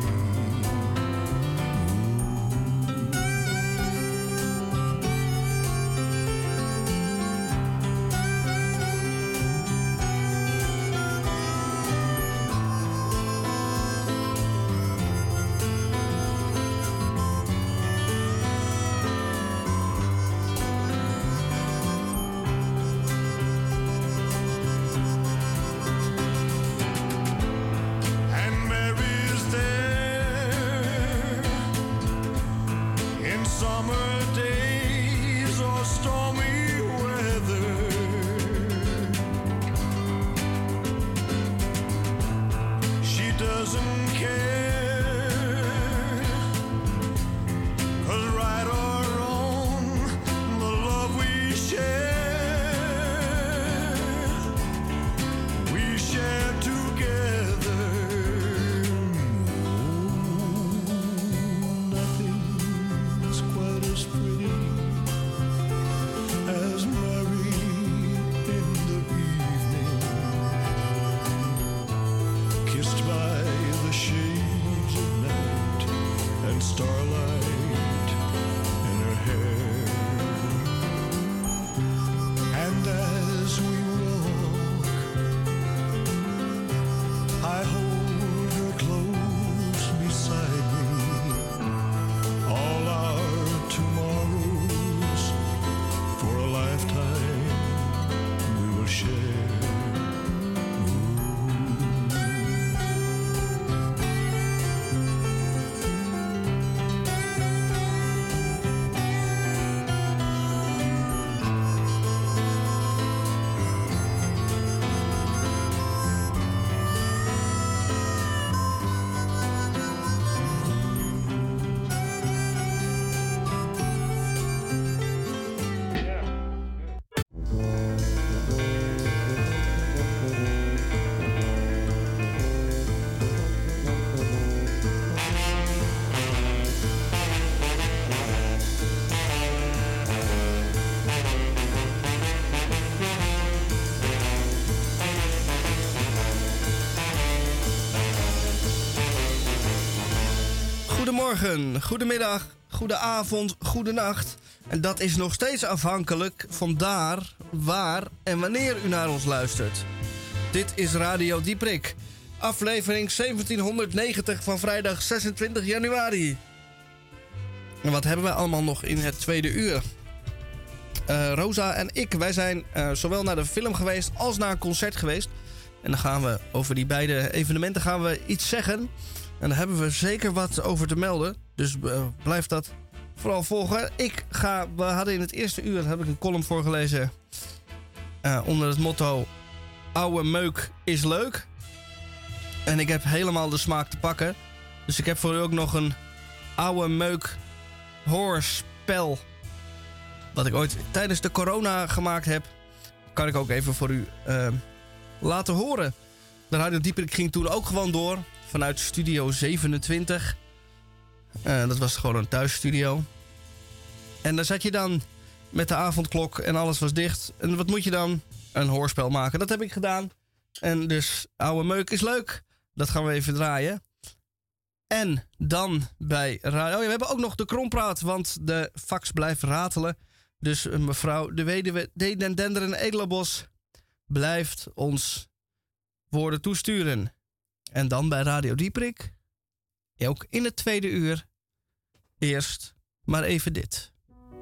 Goedemorgen, goedemiddag, goedenavond, goedenacht. En dat is nog steeds afhankelijk van daar, waar en wanneer u naar ons luistert. Dit is Radio Dieprik, aflevering 1790 van vrijdag 26 januari. En wat hebben we allemaal nog in het tweede uur? Rosa en ik, wij zijn zowel naar de film geweest als naar een concert geweest. En dan gaan we over die beide evenementen gaan we iets zeggen. En daar hebben we zeker wat over te melden. Dus blijf dat vooral volgen. We hadden in het eerste uur, daar heb ik een column voorgelezen. Onder het motto: oude meuk is leuk. En ik heb helemaal de smaak te pakken. Dus ik heb voor u ook nog een oude meuk hoorspel. Wat ik ooit tijdens de corona gemaakt heb. Kan ik ook even voor u laten horen. De Radio Dieprik ging toen ook gewoon door. Vanuit Studio 27. Dat was gewoon een thuisstudio. En daar zat je dan met de avondklok en alles was dicht. En wat moet je dan? Een hoorspel maken. Dat heb ik gedaan. En dus oude meuk is leuk. Dat gaan we even draaien. En dan bij radio. Oh ja, we hebben ook nog de krompraat, want de fax blijft ratelen. Dus mevrouw de weduwe Denderen Edelenbos blijft ons woorden toesturen. En dan bij Radio Dieprik, ook in het tweede uur, eerst maar even dit.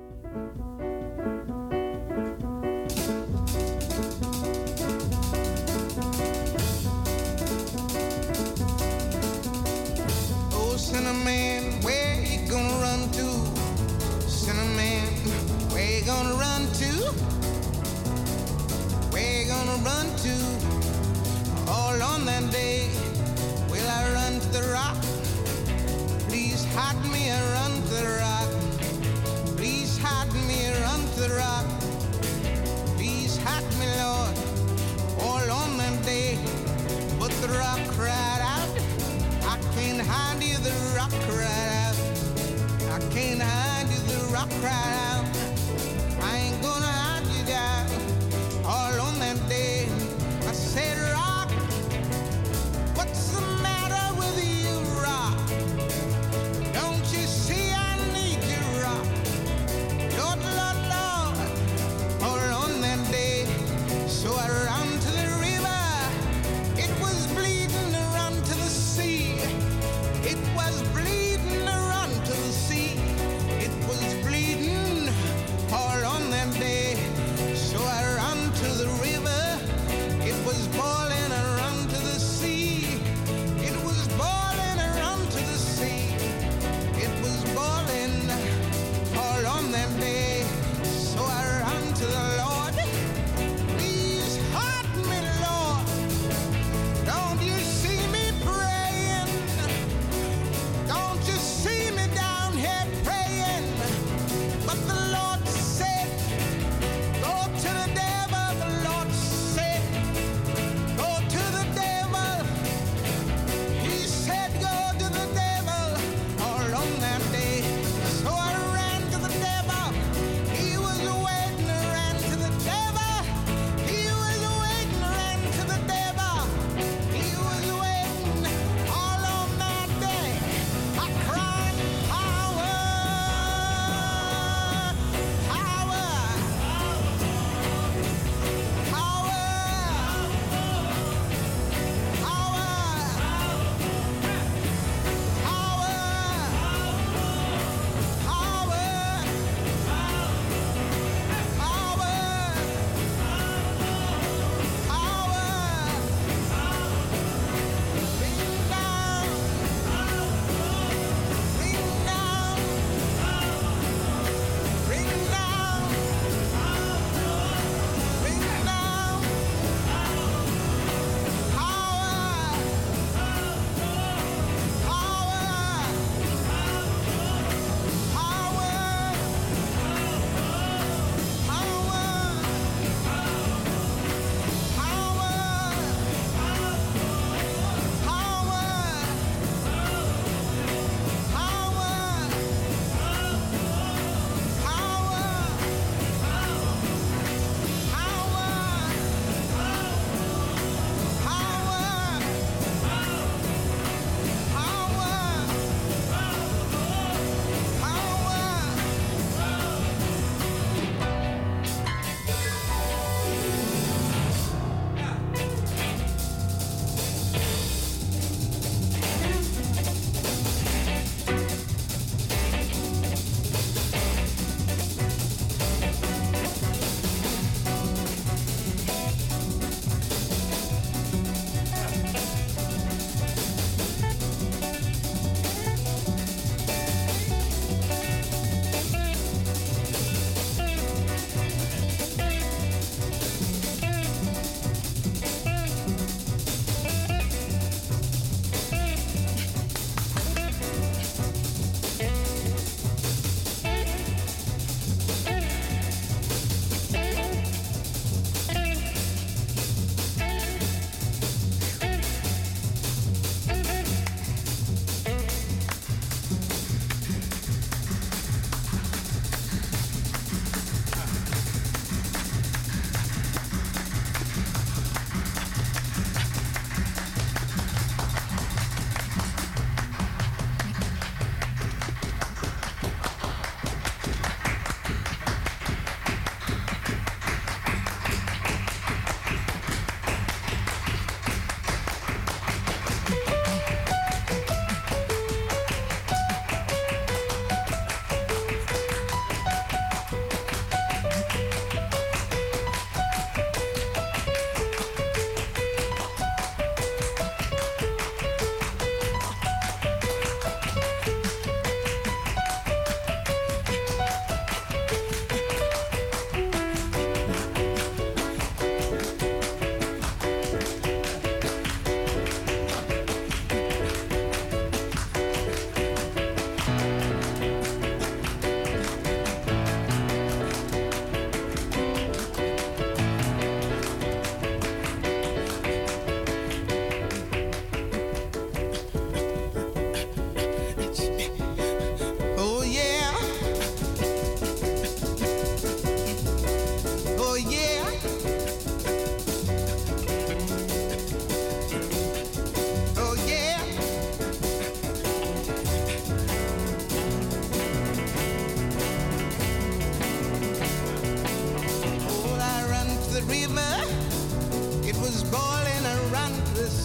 Oh, Cinnamon, where you gonna run to? Cinnamon, where you gonna run to? Where you gonna run to? All on that day, will I run to the rock? Please hide me and run to the rock. Please hide me and run to the rock. Please hide me, Lord, all on that day. But the rock cried out, I can't hide you, the rock cried out. I can't hide you, the rock cried out. I ain't gonna hide you down, all on that day. I said, rock, what's the matter with you, rock? Don't you see I need you, rock? Lord, Lord, Lord, all on that day. So I ran to the river, it was bleeding to run to the sea. It was bleeding to run to the sea. It was bleeding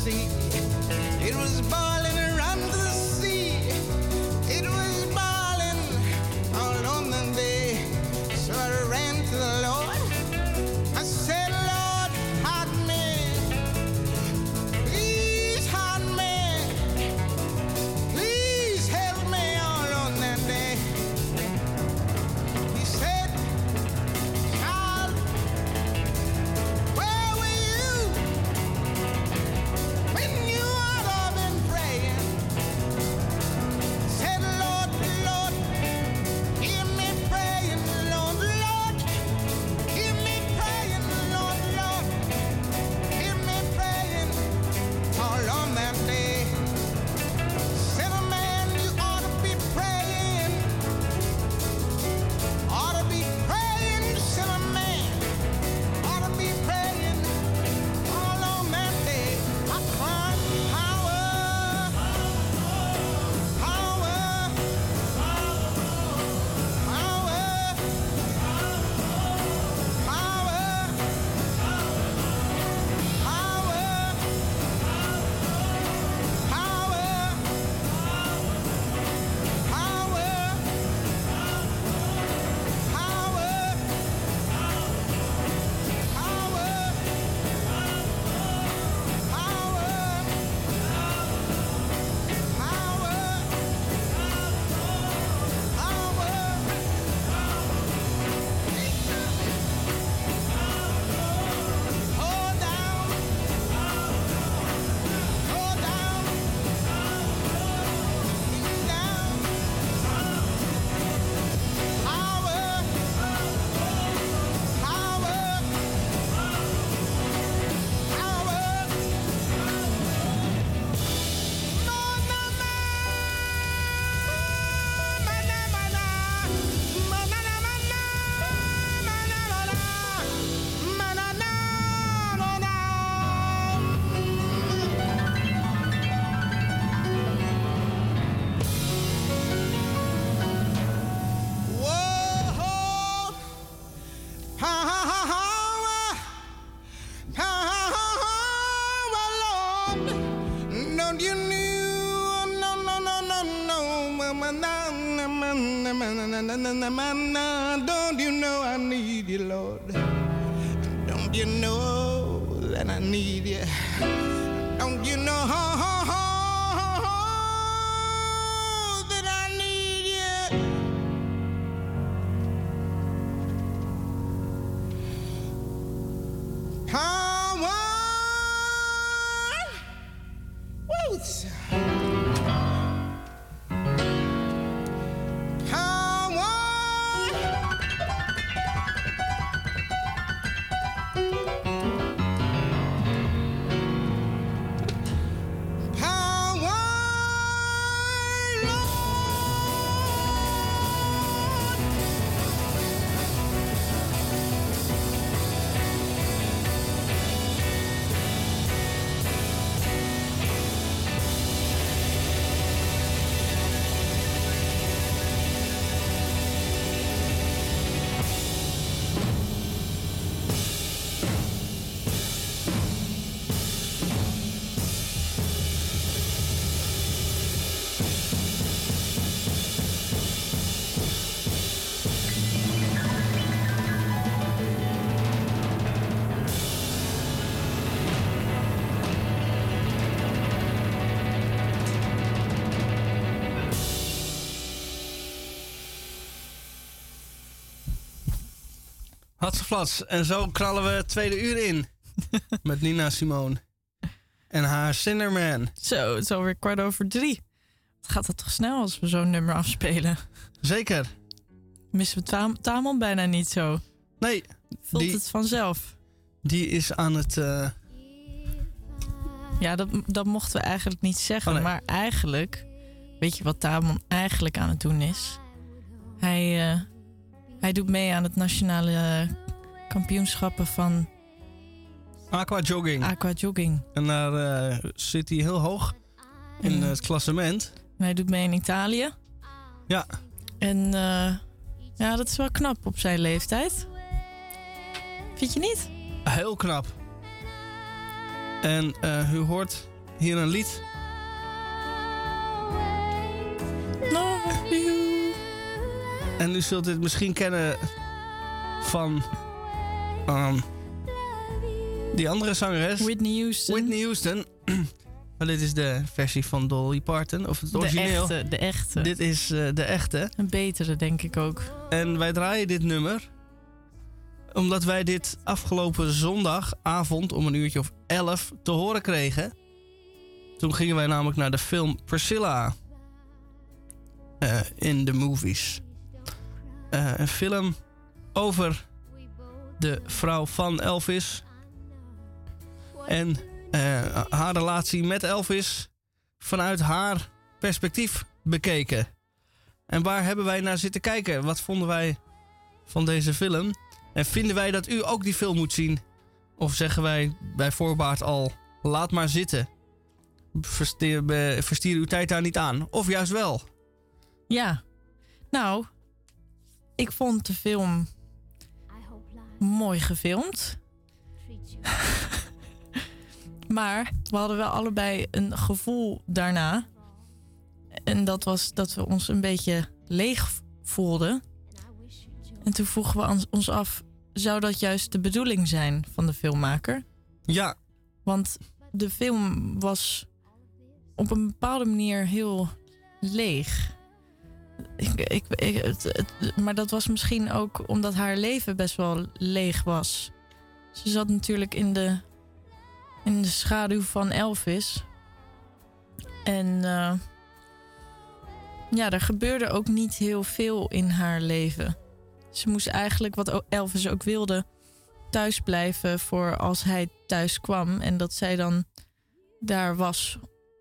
sea. It was boiling around the sea. It was boiling all on the day. So I ran to the Lord. I said, Lord, hide me. Please hide me. Please help me all on that day. He said, child, where were you when you ought to have been praying? Said, Lord, Lord, hear me praying, Lord, Lord, hear me praying, Lord, Lord, hear me praying all on that day. Said, a man, you ought to be praying, ought to be praying. Said, a man, ought to be praying all on that day. I cried, power, power, don't you know? No, no, no, no, no. Don't you know I need you, Lord? Don't you know that I need you? Don't you know that I need you? Power. Woo! Hatseflats. En zo krallen we het tweede uur in. Met Nina Simone. En haar Cinderman. Zo, het is alweer 3:15. Gaat dat toch snel als we zo'n nummer afspelen? Zeker. Missen we Tamon bijna niet zo? Nee. Vult het vanzelf? Die is aan het... Ja, dat mochten we eigenlijk niet zeggen. Oh, nee. Maar eigenlijk... Weet je wat Tamon eigenlijk aan het doen is? Hij doet mee aan het nationale kampioenschappen van... Aquajogging. En daar zit hij heel hoog in het klassement. En hij doet mee in Italië. Ja. En ja, dat is wel knap op zijn leeftijd. Vind je niet? Heel knap. En u hoort hier een lied. Love you. En u zult dit misschien kennen van die andere zangeres. Whitney Houston. Whitney Houston. Maar dit is de versie van Dolly Parton, of het origineel. De echte. Dit is de echte. Een betere, denk ik ook. En wij draaien dit nummer omdat wij dit afgelopen zondagavond om 11:00 te horen kregen. Toen gingen wij namelijk naar de film Priscilla in de movies. Een film over de vrouw van Elvis en haar relatie met Elvis vanuit haar perspectief bekeken. En waar hebben wij naar zitten kijken? Wat vonden wij van deze film? En vinden wij dat u ook die film moet zien? Of zeggen wij bij voorbaat al, laat maar zitten. Verstier uw tijd daar niet aan. Of juist wel. Ja. Nou, ik vond de film mooi gefilmd. Maar we hadden wel allebei een gevoel daarna. En dat was dat we ons een beetje leeg voelden. En toen vroegen we ons af, zou dat juist de bedoeling zijn van de filmmaker? Ja. Want de film was op een bepaalde manier heel leeg. Maar dat was misschien ook omdat haar leven best wel leeg was. Ze zat natuurlijk in de schaduw van Elvis. En er gebeurde ook niet heel veel in haar leven. Ze moest eigenlijk, wat Elvis ook wilde, thuis blijven voor als hij thuis kwam. En dat zij dan daar was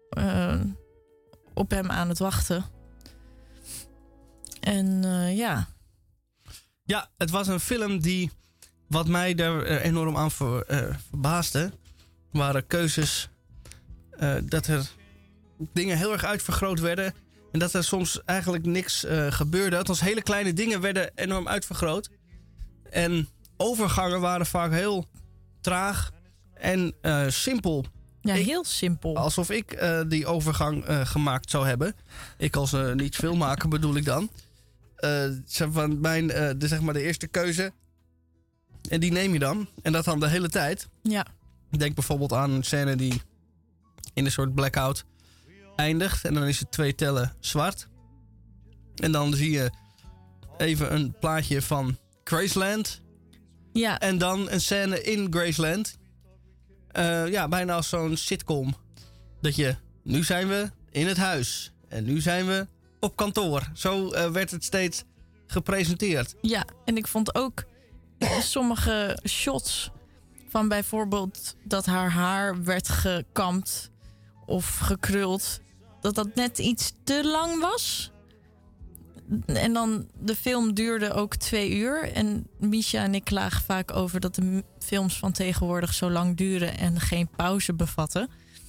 op hem aan het wachten. En ja. Ja, het was een film die, wat mij daar enorm aan verbaasde, waren keuzes dat er dingen heel erg uitvergroot werden. En dat er soms eigenlijk niks gebeurde. Althans, hele kleine dingen werden enorm uitvergroot. En overgangen waren vaak heel traag en simpel. Ja, heel simpel. Alsof ik die overgang gemaakt zou hebben. Ik als niet-filmmaker bedoel ik dan. Van mijn, zeg maar de eerste keuze. En die neem je dan. En dat dan de hele tijd. Ja. Denk bijvoorbeeld aan een scène die in een soort blackout eindigt. En dan is het 2 tellen zwart. En dan zie je even een plaatje van Graceland. Ja. En dan een scène in Graceland. Bijna als zo'n sitcom. Dat je, nu zijn we in het huis. En nu zijn we op kantoor. Zo werd het steeds gepresenteerd. Ja, en ik vond ook sommige shots van bijvoorbeeld dat haar haar werd gekamd of gekruld, dat net iets te lang was. En dan, de film duurde ook 2 uur. En Misha en ik klagen vaak over dat de films van tegenwoordig zo lang duren en geen pauze bevatten.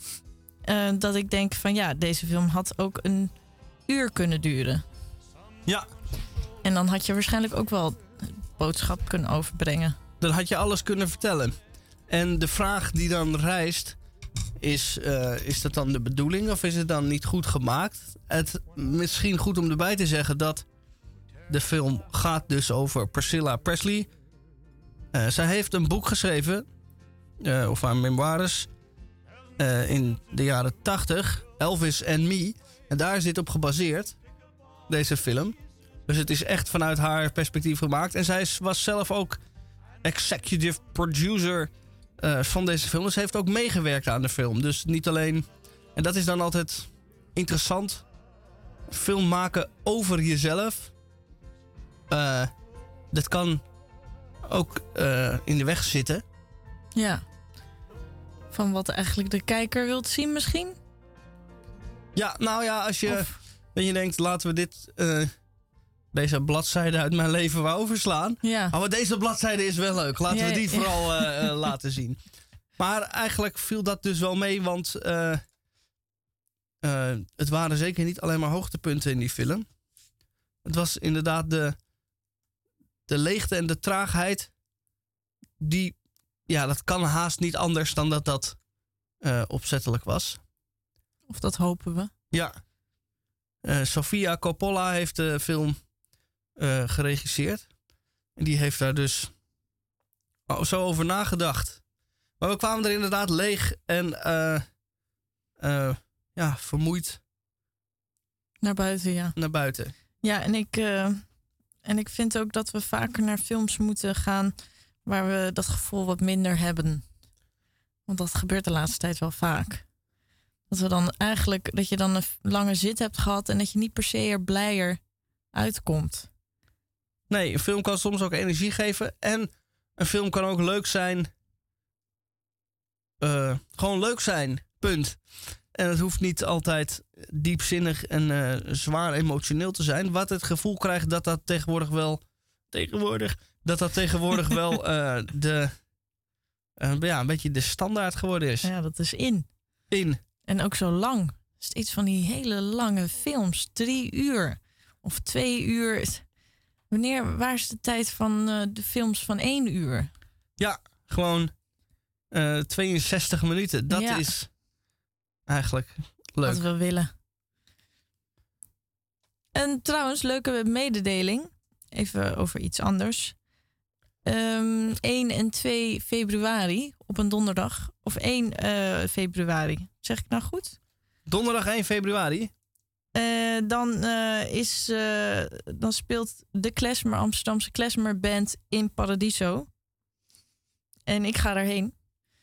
Dat ik denk van ja, deze film had ook 1 uur kunnen duren. Ja. En dan had je waarschijnlijk ook wel boodschap kunnen overbrengen. Dan had je alles kunnen vertellen. En de vraag die dan rijst is dat dan de bedoeling of is het dan niet goed gemaakt? Het misschien goed om erbij te zeggen dat de film gaat dus over Priscilla Presley. Zij heeft een boek geschreven, of haar memoires, in de jaren 80, Elvis and Me. En daar is dit op gebaseerd, deze film. Dus het is echt vanuit haar perspectief gemaakt. En zij was zelf ook executive producer van deze film. Dus ze heeft ook meegewerkt aan de film. Dus niet alleen... En dat is dan altijd interessant. Film maken over jezelf. Dat kan ook in de weg zitten. Ja. Van wat eigenlijk de kijker wilt zien misschien? Ja, nou ja, als je denkt, laten we deze bladzijde uit mijn leven wel overslaan. Ja. Maar deze bladzijde is wel leuk. Laten we die vooral laten zien. Maar eigenlijk viel dat dus wel mee, want het waren zeker niet alleen maar hoogtepunten in die film. Het was inderdaad de leegte en de traagheid. Dat kan haast niet anders dan dat opzettelijk was. Of dat hopen we. Ja. Sofia Coppola heeft de film geregisseerd. En die heeft daar dus zo over nagedacht. Maar we kwamen er inderdaad leeg en vermoeid Naar buiten, ja. naar buiten. Ja, en ik vind ook dat we vaker naar films moeten gaan waar we dat gevoel wat minder hebben. Want dat gebeurt de laatste tijd wel vaak. Dat je dan een lange zit hebt gehad en dat je niet per se er blijer uitkomt. Nee, een film kan soms ook energie geven. En een film kan ook leuk zijn. Gewoon leuk zijn. Punt. En het hoeft niet altijd diepzinnig en zwaar emotioneel te zijn. Wat het gevoel krijgt dat dat tegenwoordig wel een beetje de standaard geworden is. Ja, dat is in. En ook zo lang. Steeds van die hele lange films. 3 uur. Of 2 uur. Waar is de tijd van de films van 1 uur? Ja, gewoon 62 minuten. Dat is eigenlijk leuk. Wat we willen. En trouwens, leuke mededeling. Even over iets anders. 1 en 2 februari op een donderdag. Of 1 februari. Zeg ik nou goed? Donderdag 1 februari? Dan speelt de Klezmer, Amsterdamse Klezmer Band in Paradiso. En ik ga daarheen.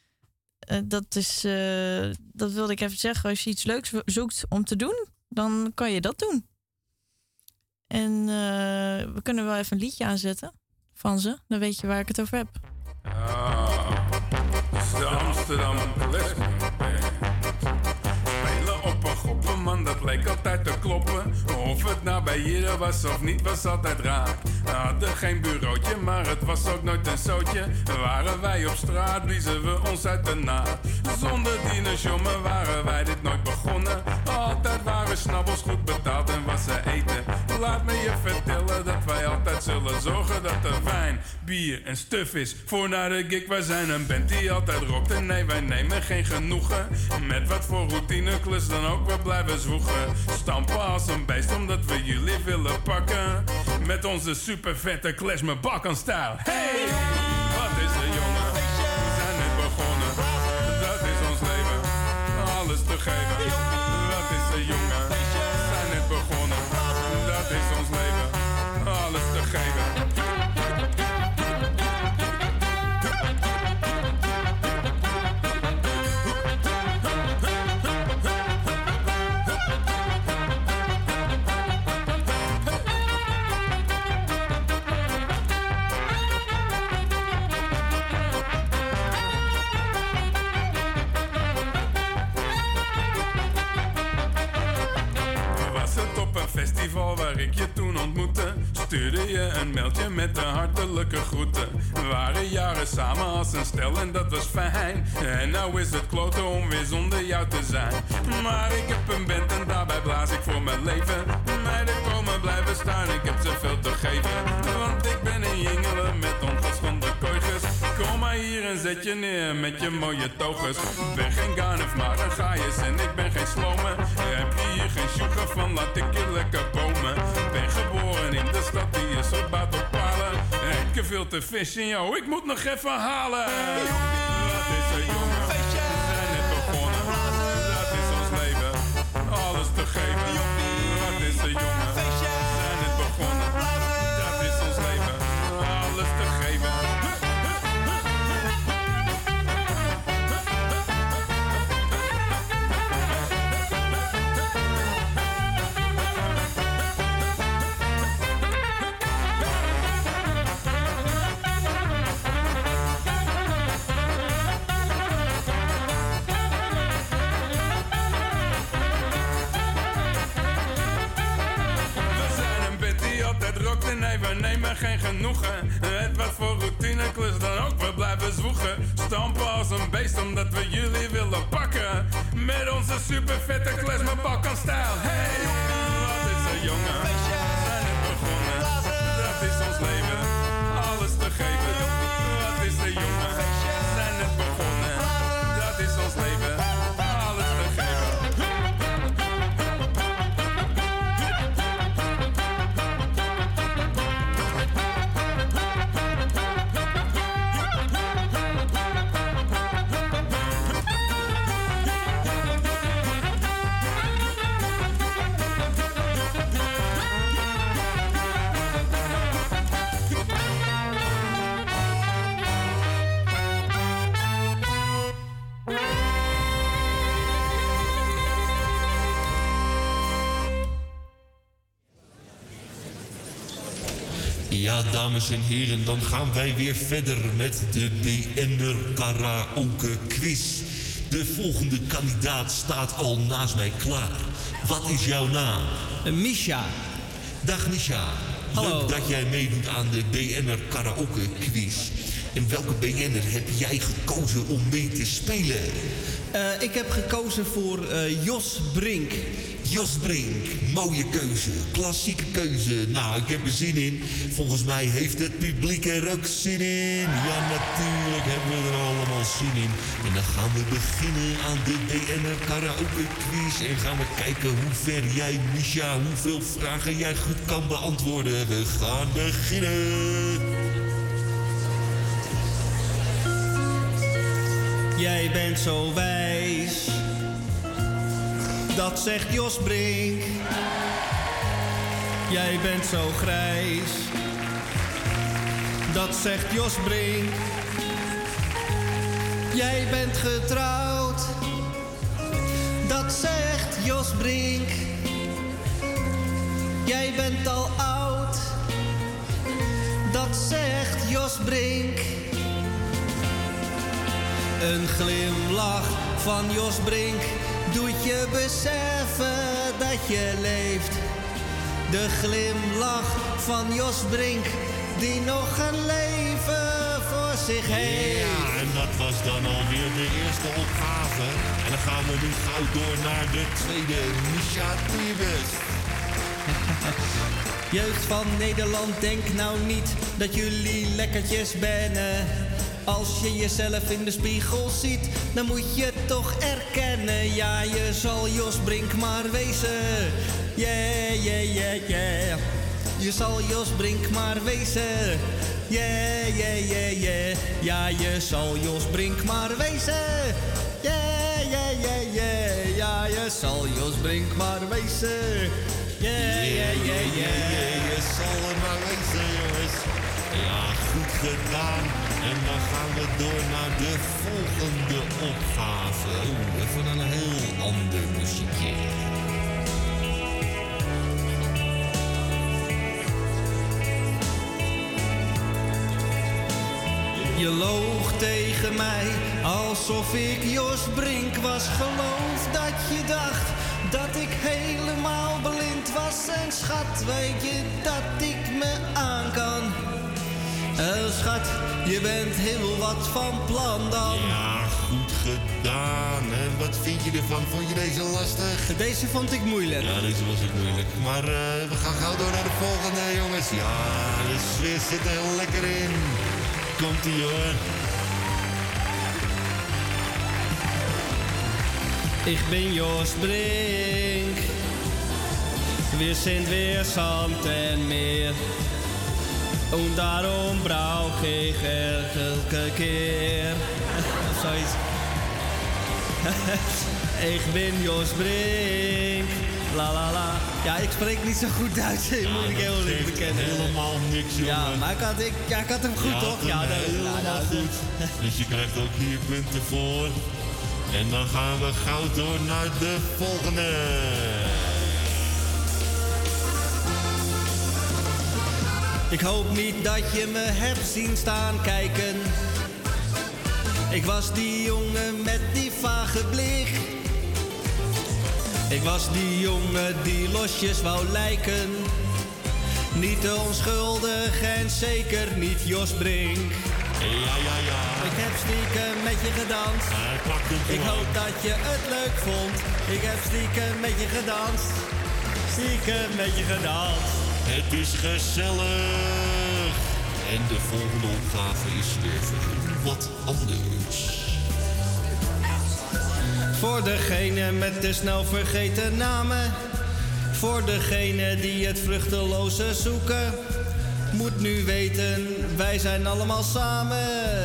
Dat wilde ik even zeggen. Als je iets leuks zoekt om te doen, dan kan je dat doen. En we kunnen wel even een liedje aanzetten van ze. Dan weet je waar ik het over heb. De Amsterdam Klezmer Band. Spelen op een goppen, man, dat leek altijd te kloppen. Of het nou bij Jere was of niet, was altijd raar. We hadden geen bureautje, maar het was ook nooit een zootje. Waren wij op straat, bliezen we ons uit de naad. Zonder dienersjommen waren wij dit nooit begonnen. Altijd waren snabbels goed betaald en was ze eten. Laat me je vertellen dat wij altijd zullen zorgen dat er wijn, bier en stuf is voor na de gig. Wij zijn een band die altijd rockt en nee, wij nemen geen genoegen met wat voor routineklus dan ook, we blijven zwoegen. Stampen als een beest omdat we jullie willen pakken met onze super vette Klezmer Balkan-stijl. Hey, wat is er, jongen? We zijn net begonnen. Dat is ons leven, alles te geven. Wat is er, jongen? We zijn net begonnen. Dat is ons leven, alles te geven. Festival waar ik je toen ontmoette, stuurde je een mailtje met de hartelijke groeten. We waren jaren samen als een stel en dat was fijn. En nou is het kloten om weer zonder jou te zijn. Maar ik heb een band en daarbij blaas ik voor mijn leven. Meiden komen blijven staan, ik heb zoveel te geven. Want ik ben een jingelen met ongeschonden kooiges. Kom maar hier en zet je neer met je mooie toges. Ik ben geen Ganef, maar een gaaiers en ik ben geen slome. Heb je hier geen sugar van, laat ik je lekker bomen. Ben geboren in de stad die is opbouwt op palen. Ik heb veel te vissen, yo, ik moet nog even halen. Wat is er, jongen? We zijn net begonnen. Dat is ons leven, alles te geven. Wat is er, jongen? We zijn net begonnen. Dat is ons leven, alles te geven. En nee, we nemen geen genoegen. Het wat voor routineklus dan ook, we blijven zwoegen. Stampen als een beest omdat we jullie willen pakken. Met onze super vette Klezmer Balkan-stijl. Hey, wat is er, jongen? We zijn net begonnen. Dat is ons leven, alles te geven. Wat is er, jongen? We zijn net begonnen. Dat is ons leven, alles te geven. Ja, dames en heren, dan gaan wij weer verder met de BN'er Karaoke Quiz. De volgende kandidaat staat al naast mij klaar. Wat is jouw naam? Misha. Dag Misha. Hallo. Leuk dat jij meedoet aan de BN'er Karaoke Quiz. En welke BN'er heb jij gekozen om mee te spelen? Ik heb gekozen voor Jos Brink. Jos Brink, mooie keuze, klassieke keuze. Nou, ik heb er zin in. Volgens mij heeft het publiek er ook zin in. Ja, natuurlijk hebben we er allemaal zin in. En dan gaan we beginnen aan de BN'er Karaoke Quiz. En gaan we kijken hoe ver jij, Misha, hoeveel vragen jij goed kan beantwoorden. We gaan beginnen. Jij bent zo wijs, dat zegt Jos Brink. Jij bent zo grijs, dat zegt Jos Brink. Jij bent getrouwd, dat zegt Jos Brink. Jij bent al oud, dat zegt Jos Brink. Een glimlach van Jos Brink doet je beseffen dat je leeft. De glimlach van Jos Brink die nog een leven voor zich heeft. Ja, en dat was dan alweer de eerste opgave. En dan gaan we nu gauw door naar de tweede. Misha, doe je best. Jeugd van Nederland, denk nou niet dat jullie lekkertjes bennen. Als je jezelf in de spiegel ziet, dan moet je toch erkennen. Ja, je zal Jos Brink maar wezen. Yeah, yeah, yeah, yeah. Je zal Jos Brink maar wezen. Yeah, yeah, yeah, yeah. Ja, je zal Jos Brink maar wezen. Yeah, yeah, yeah, yeah. Ja, je zal Jos Brink maar wezen. Yeah, yeah, yeah, yeah. Je zal er maar wezen, jongens. Ja, goed gedaan. En dan gaan we door naar de volgende opgave. Oeh, even een heel ander muziekje. Je loog tegen mij alsof ik Jos Brink was. Geloof dat je dacht dat ik helemaal blind was. En schat, weet je dat ik me aan kan? Schat, je bent heel wat van plan dan. Ja, goed gedaan. En wat vind je ervan? Vond je deze lastig? Deze vond ik moeilijk. Ja, deze was ook moeilijk. Maar we gaan gauw door naar de volgende, jongens. Ja, de sfeer zit er heel lekker in. Komt-ie, hoor. Ik ben Jos Brink. Wir sind wir Sand en Meer. Und darum brauch ich elke keer. Of zoiets. Ik ben Jos Brink. La la la. Ja, ik spreek niet zo goed Duits. Moet ik heel eerlijk bekennen. Helemaal niks, jongen. Ja, maar ik had hem goed, toch? Ja, helemaal goed. Dus je krijgt ook hier punten voor. En dan gaan we gauw door naar de volgende. Ik hoop niet dat je me hebt zien staan kijken. Ik was die jongen met die vage blik. Ik was die jongen die losjes wou lijken. Niet te onschuldig en zeker niet Jos Brink. Ja, ja, ja. Ik heb stiekem met je gedanst. Ik hoop dat je het leuk vond. Ik heb stiekem met je gedanst. Stiekem met je gedanst. Het is gezellig. En de volgende opgave is weer wat anders. Voor degene met de snel vergeten namen. Voor degene die het vruchteloze zoeken. Moet nu weten, wij zijn allemaal samen.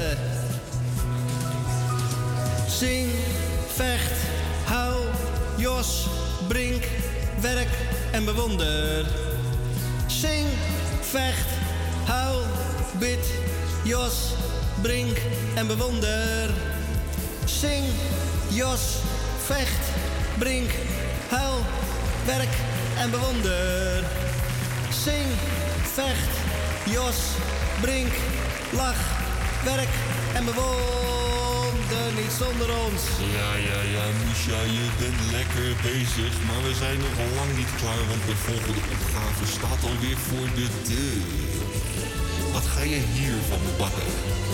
Zing, vecht, hou, Jos, Brink, werk en bewonder. Zing, vecht, hou, bid, Jos, Brink en bewonder. Zing, Jos, vecht, Brink, huil, werk en bewonder. Zing, vecht, Jos, Brink, lach, werk en bewonder niet zonder ons. Ja, Misha, je bent lekker bezig, maar we zijn nog lang niet klaar, want de volgende opgave staat alweer voor de deur. Wat ga je hiervan bakken?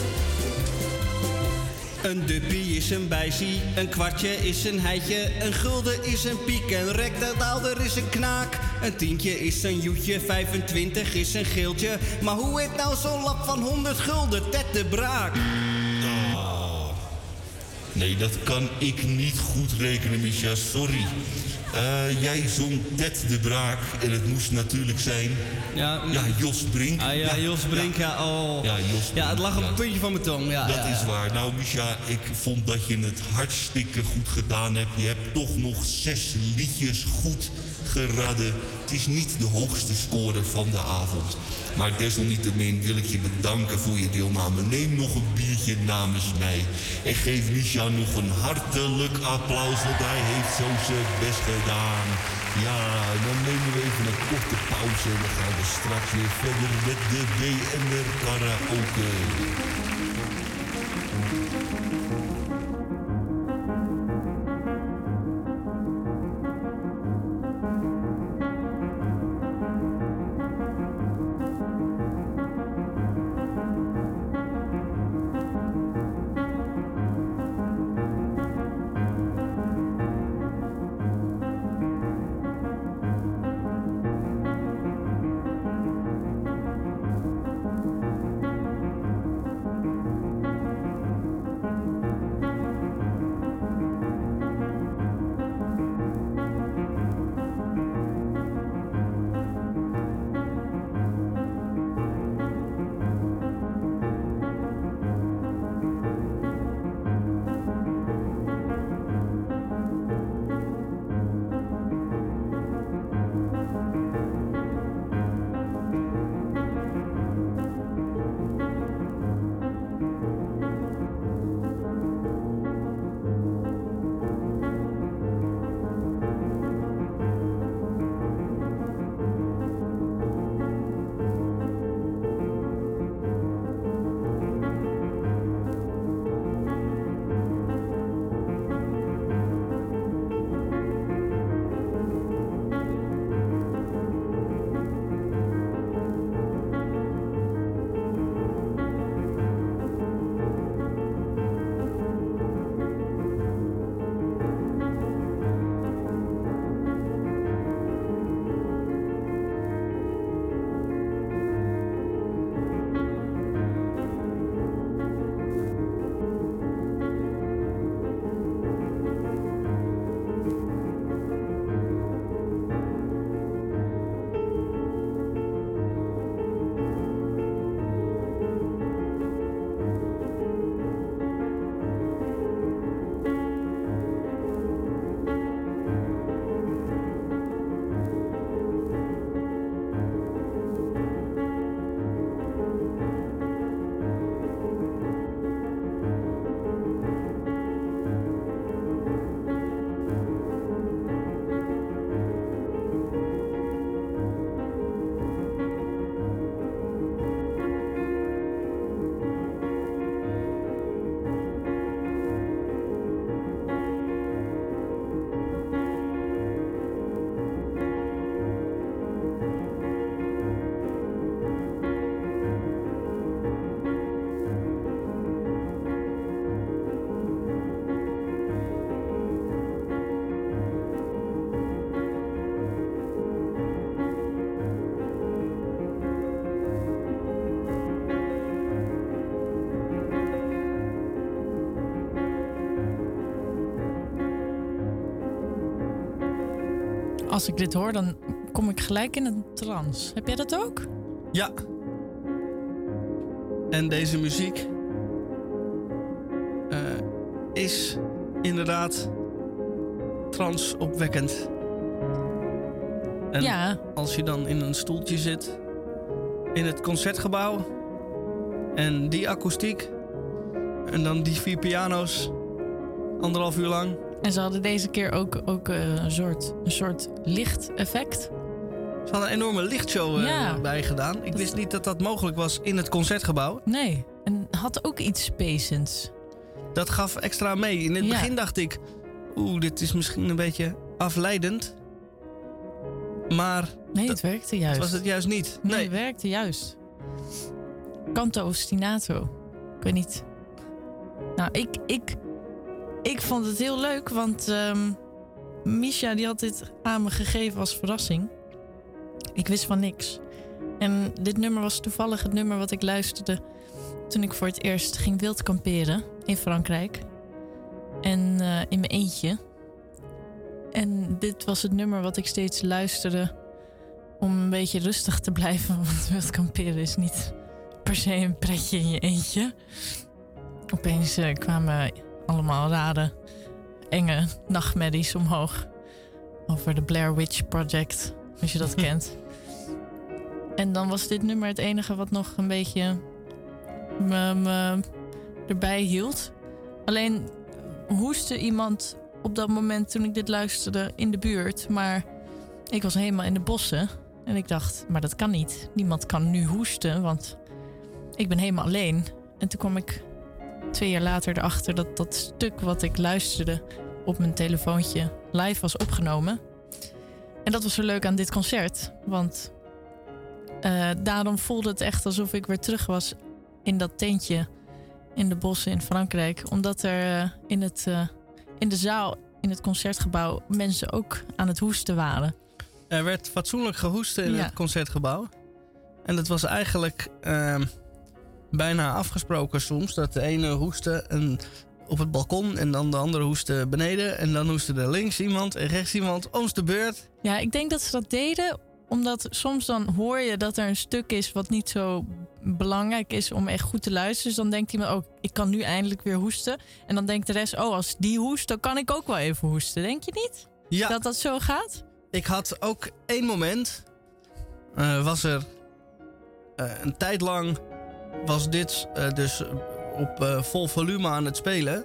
Een duppie is een bijzie, een kwartje is een heitje, een gulden is een piek, een rectaalder is een knaak. Een tientje is een joetje, 25 is een geeltje. Maar hoe heet nou zo'n lap van 100 gulden, Ted de Braak? Nee, dat kan ik niet goed rekenen, Misha, sorry. Jij zong Ted de Braak en het moest natuurlijk zijn... Ja, Jos Brink. Jos Brink, oh. Ja, Jos Brink, ja, het lag op het puntje van mijn tong, ja. Dat is waar. Nou, Misha, ik vond dat je het hartstikke goed gedaan hebt. Je hebt toch nog 6 liedjes goed geraden. Het is niet de hoogste score van de avond. Maar desalniettemin wil ik je bedanken voor je deelname. Neem nog een biertje namens mij. En geef Misha nog een hartelijk applaus, want hij heeft zo zijn best gedaan. Ja, dan nemen we even een korte pauze en dan gaan we straks weer verder met de BNR Karaoke. Als ik dit hoor, dan kom ik gelijk in een trance. Heb jij dat ook? Ja. En deze muziek is inderdaad transopwekkend. En ja. Als je dan in een stoeltje zit in het concertgebouw en die akoestiek en dan die 4 piano's 1,5 uur lang. En ze hadden deze keer ook een soort lichteffect. Ze hadden een enorme lichtshow bij gedaan. Ik wist niet dat dat mogelijk was in het Concertgebouw. Nee, en had ook iets spacends. Dat gaf extra mee. In het begin dacht ik... dit is misschien een beetje afleidend. Maar... Nee, het werkte juist. Was het juist niet. Nee, het werkte juist. Canto ostinato. Ik weet niet. Nou, ik vond het heel leuk, want Misha die had dit aan me gegeven als verrassing. Ik wist van niks. En dit nummer was toevallig het nummer wat ik luisterde toen ik voor het eerst ging wildkamperen in Frankrijk. En in mijn eentje. En dit was het nummer wat ik steeds luisterde om een beetje rustig te blijven. Want wildkamperen is niet per se een pretje in je eentje. Opeens kwamen allemaal rare, enge nachtmerries omhoog. Over de Blair Witch Project, als je dat kent. En dan was dit nummer het enige wat nog een beetje me erbij hield. Alleen hoestte iemand op dat moment toen ik dit luisterde in de buurt. Maar ik was helemaal in de bossen. En ik dacht, maar dat kan niet. Niemand kan nu hoesten, want ik ben helemaal alleen. En toen kwam ik 2 jaar later erachter dat dat stuk wat ik luisterde op mijn telefoontje live was opgenomen. En dat was zo leuk aan dit concert. Want daarom voelde het echt alsof ik weer terug was in dat tentje in de bossen in Frankrijk. Omdat er in de zaal, in het Concertgebouw, mensen ook aan het hoesten waren. Er werd fatsoenlijk gehoest in het Concertgebouw. En dat was eigenlijk bijna afgesproken soms. Dat de ene hoestte op het balkon en dan de andere hoestte beneden. En dan hoestte er links iemand en rechts iemand, om de beurt. Ja, ik denk dat ze dat deden omdat soms dan hoor je dat er een stuk is wat niet zo belangrijk is om echt goed te luisteren. Dus dan denkt iemand, ik kan nu eindelijk weer hoesten. En dan denkt de rest, als die hoest, dan kan ik ook wel even hoesten. Denk je niet? Ja. Dat dat zo gaat? Ik had ook 1 moment, was er een tijd lang, was dit dus op vol volume aan het spelen.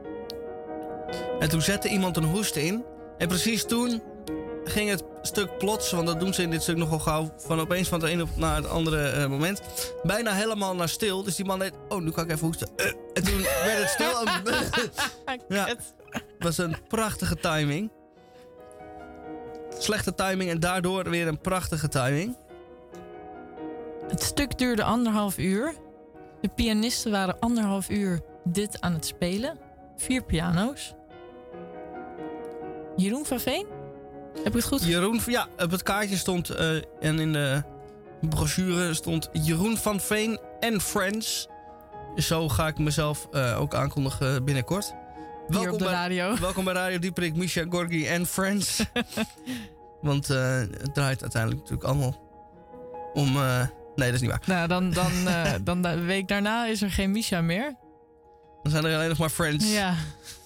En toen zette iemand een hoest in. En precies toen ging het stuk plots, want dat doen ze in dit stuk nogal gauw, van opeens van het ene naar het andere moment, bijna helemaal naar stil. Dus die man deed, nu kan ik even hoesten. En toen werd het stil. Ja, het was een prachtige timing. Slechte timing en daardoor weer een prachtige timing. Het stuk duurde 1,5 uur. De pianisten waren 1,5 uur dit aan het spelen. 4 piano's. Jeroen van Veen? Heb ik het goed? Jeroen, ja, op het kaartje stond en in de brochure stond Jeroen van Veen en Friends. Zo ga ik mezelf ook aankondigen binnenkort. Hier op de radio. Welkom bij Radio Dieprik, Misha Gorgi en Friends. Want het draait uiteindelijk natuurlijk allemaal om... nee, dat is niet waar. Nou, dan de week daarna is er geen Misha meer. Dan zijn er alleen nog maar Friends. Ja.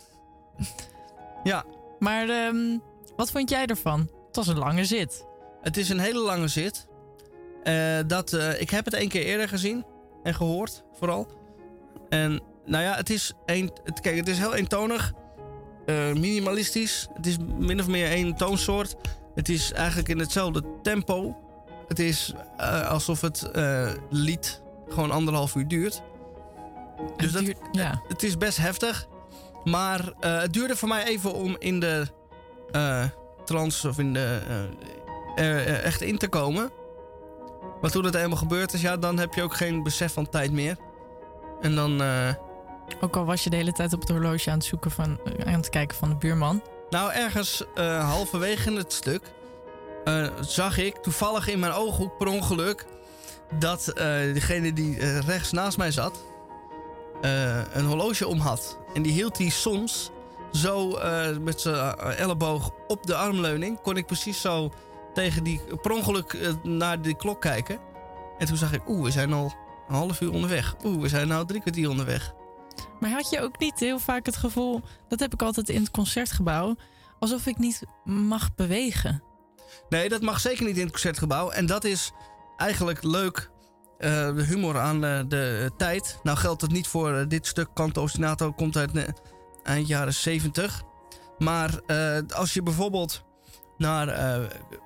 Ja. Maar wat vond jij ervan? Het was een lange zit. Het is een hele lange zit. Ik heb het 1 keer eerder gezien en gehoord, vooral. En nou ja, het is heel eentonig. Minimalistisch. Het is min of meer 1 toonsoort. Het is eigenlijk in hetzelfde tempo. Het is alsof het lied gewoon 1,5 uur duurt. Dus het is best heftig. Maar het duurde voor mij even om in de trance of in de echt in te komen. Maar toen het helemaal gebeurd is, dan heb je ook geen besef van tijd meer. En dan... Ook al was je de hele tijd op het horloge aan het zoeken aan het kijken van de buurman. Nou, ergens halverwege het stuk zag ik toevallig in mijn ooghoek per ongeluk dat degene die rechts naast mij zat een horloge om had. En die hield hij soms zo met zijn elleboog op de armleuning. Kon ik precies zo tegen die per ongeluk naar die klok kijken. En toen zag ik, we zijn al 1,5 uur onderweg. We zijn nou 3 kwartier onderweg. Maar had je ook niet heel vaak het gevoel, dat heb ik altijd in het Concertgebouw, alsof ik niet mag bewegen? Nee, dat mag zeker niet in het Concertgebouw. En dat is eigenlijk leuk, de humor aan de tijd. Nou geldt het niet voor dit stuk. Canto ostinato komt uit eind jaren 70. Maar als je bijvoorbeeld naar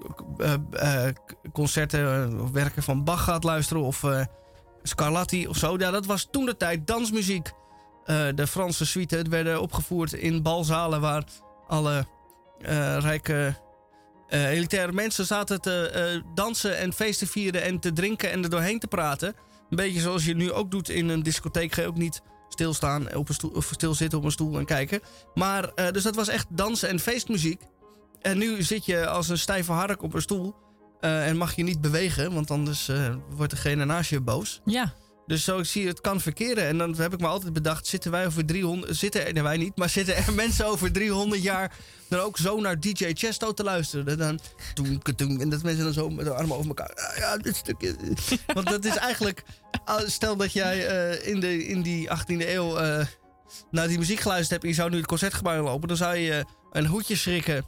concerten of werken van Bach gaat luisteren of Scarlatti of zo. Ja, dat was toentertijd dansmuziek. De Franse suite werden opgevoerd in balzalen waar alle rijke elitaire mensen zaten te dansen en feesten vieren en te drinken en er doorheen te praten. Een beetje zoals je nu ook doet in een discotheek. Ga je ook niet stilstaan op een stoel, of stilzitten op een stoel en kijken. Maar dus dat was echt dansen en feestmuziek. En nu zit je als een stijve hark op een stoel en mag je niet bewegen, want anders wordt degene naast je boos. Ja. Dus zo zie je, het kan verkeren. En dan heb ik me altijd bedacht, zitten wij niet, maar zitten er mensen over 300 jaar dan ook zo naar DJ Chesto te luisteren? Dan en dat mensen dan zo met de armen over elkaar. Ja, dit stukje. Want dat is eigenlijk, stel dat jij in die 18e eeuw naar die muziek geluisterd hebt en je zou nu het concertgebouw lopen, dan zou je een hoedje schrikken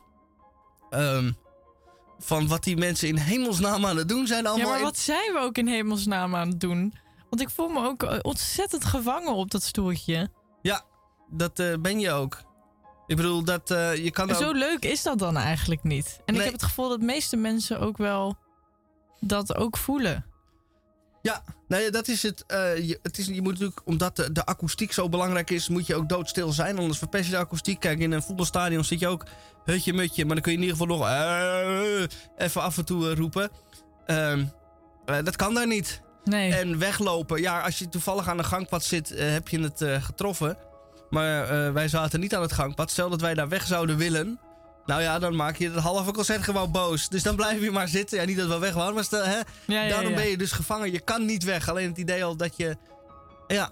van wat die mensen in hemelsnaam aan het doen zijn. Allemaal ja, maar wat zijn we ook in hemelsnaam aan het doen? Want ik voel me ook ontzettend gevangen op dat stoeltje. Ja, dat ben je ook. Ik bedoel, dat je kan en ook... zo leuk is dat dan eigenlijk niet. En Nee. ik heb het gevoel dat de meeste mensen ook wel dat ook voelen. Ja, nee, dat is het. Je moet natuurlijk, omdat de akoestiek zo belangrijk is, moet je ook doodstil zijn. Anders verpest je de akoestiek. Kijk, in een voetbalstadion zit je ook hutje-mutje. Maar dan kun je in ieder geval nog even af en toe roepen. Dat kan daar niet. Nee. En weglopen. Ja, als je toevallig aan een gangpad zit, heb je het getroffen. Maar wij zaten niet aan het gangpad. Stel dat wij daar weg zouden willen. Nou ja, dan maak je het halve concert gewoon boos. Dus dan blijf je maar zitten. Ja, niet dat we weg waren, maar stel, hè? Daarom ben je dus gevangen. Je kan niet weg. Alleen het idee al dat je... Ja.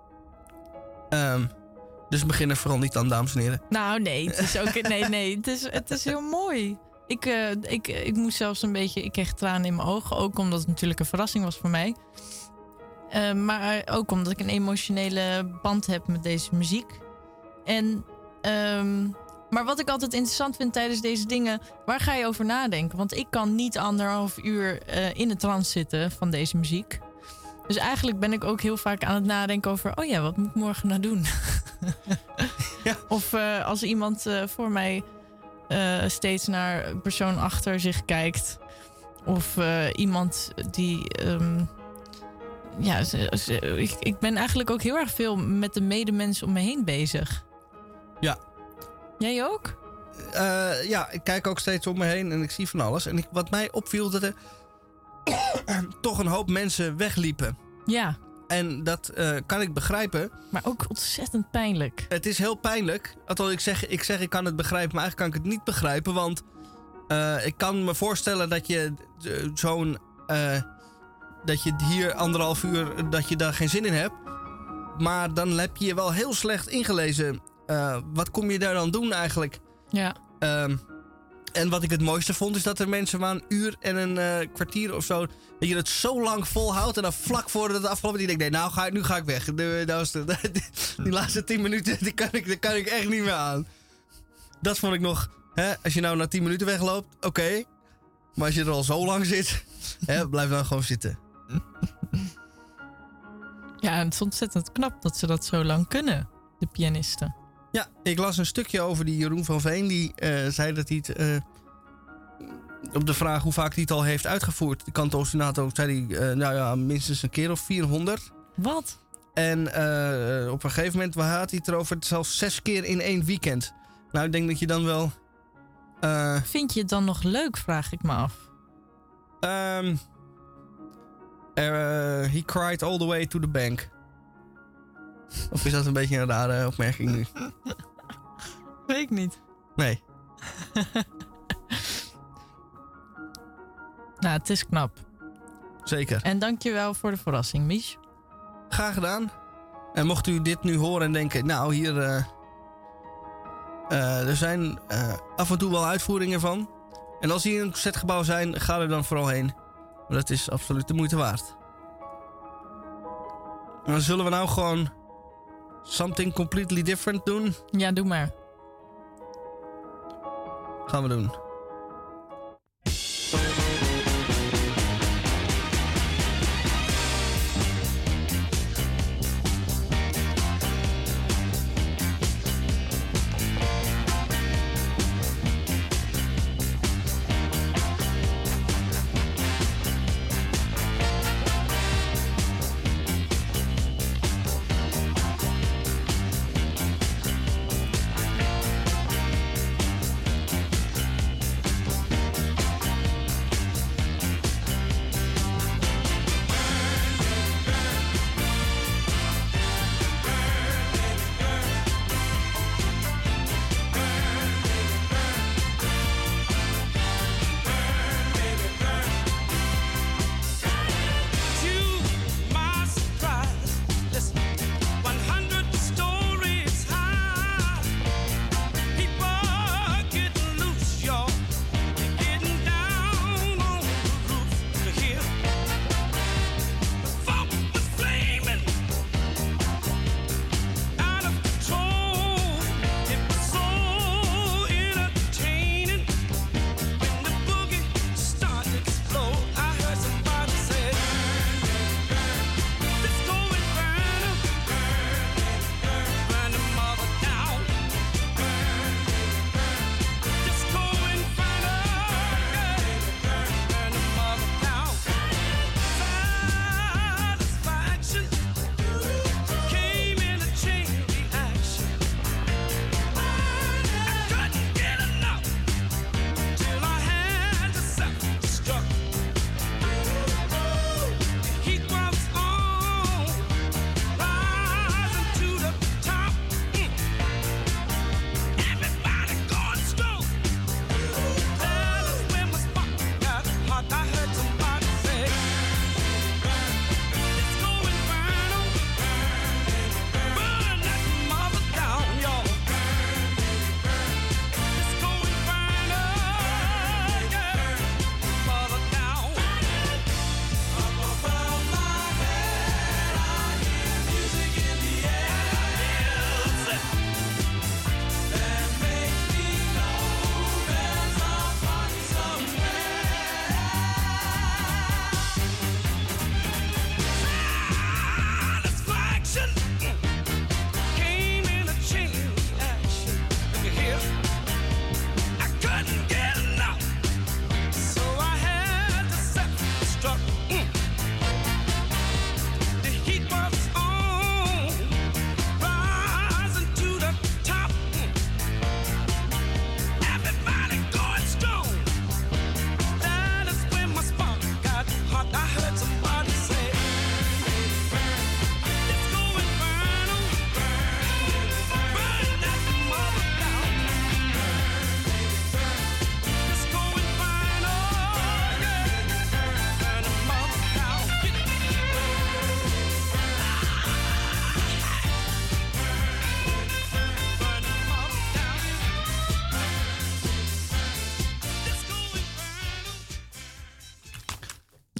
Dus begin er vooral niet aan, dames en heren. Nou, nee. Het is ook... Nee. Het is heel mooi. Ik moest zelfs een beetje... Ik kreeg tranen in mijn ogen. Ook omdat het natuurlijk een verrassing was voor mij. Maar ook omdat ik een emotionele band heb met deze muziek. En... maar wat ik altijd interessant vind tijdens deze dingen... waar ga je over nadenken? Want ik kan niet 1,5 uur in de trance zitten van deze muziek. Dus eigenlijk ben ik ook heel vaak aan het nadenken over... oh ja, wat moet ik morgen nou doen? Ja. Of als iemand voor mij steeds naar een persoon achter zich kijkt... of iemand die... ik ben eigenlijk ook heel erg veel met de medemensen om me heen bezig. Ja. Jij ook? Ja, ik kijk ook steeds om me heen en ik zie van alles. En wat mij opviel, dat er toch een hoop mensen wegliepen. Ja. En dat kan ik begrijpen. Maar ook ontzettend pijnlijk. Het is heel pijnlijk. Althans, ik zeg ik kan het begrijpen, maar eigenlijk kan ik het niet begrijpen. Want ik kan me voorstellen dat je dat je hier 1,5 uur, dat je daar geen zin in hebt. Maar dan heb je je wel heel slecht ingelezen. Wat kom je daar dan doen eigenlijk? Ja. En wat ik het mooiste vond, is dat er mensen maar 1 uur en een kwartier of zo... dat je het zo lang volhoudt en dan vlak voordat het afgelopen is... die denkt, nee, nu ga ik weg. Die laatste 10 minuten, daar kan ik echt niet meer aan. Dat vond ik nog... Hè, als je nou na 10 minuten wegloopt, oké. Maar als je er al zo lang zit, blijf dan gewoon zitten. Ja, en het is ontzettend knap dat ze dat zo lang kunnen, de pianisten. Ja, ik las een stukje over die Jeroen van Veen. Die zei dat hij het... op de vraag hoe vaak hij het al heeft uitgevoerd... de kanto-ostinato, zei hij minstens een keer of 400. Wat? En op een gegeven moment had hij het erover... zelfs 6 keer in 1 weekend. Nou, ik denk dat je dan wel... Vind je het dan nog leuk, vraag ik me af. He cried all the way to the bank. Of is dat een beetje een rare opmerking nu? Weet ik niet. Nee. Nou, het is knap. Zeker. En dankjewel voor de verrassing, Mich. Graag gedaan. En mocht u dit nu horen en denken... nou, hier... er zijn af en toe wel uitvoeringen van. En als die in een concertgebouw zijn... ga er dan vooral heen. Maar dat is absoluut de moeite waard. En dan zullen we nou gewoon... something completely different doen? Ja, doe maar. Gaan we doen.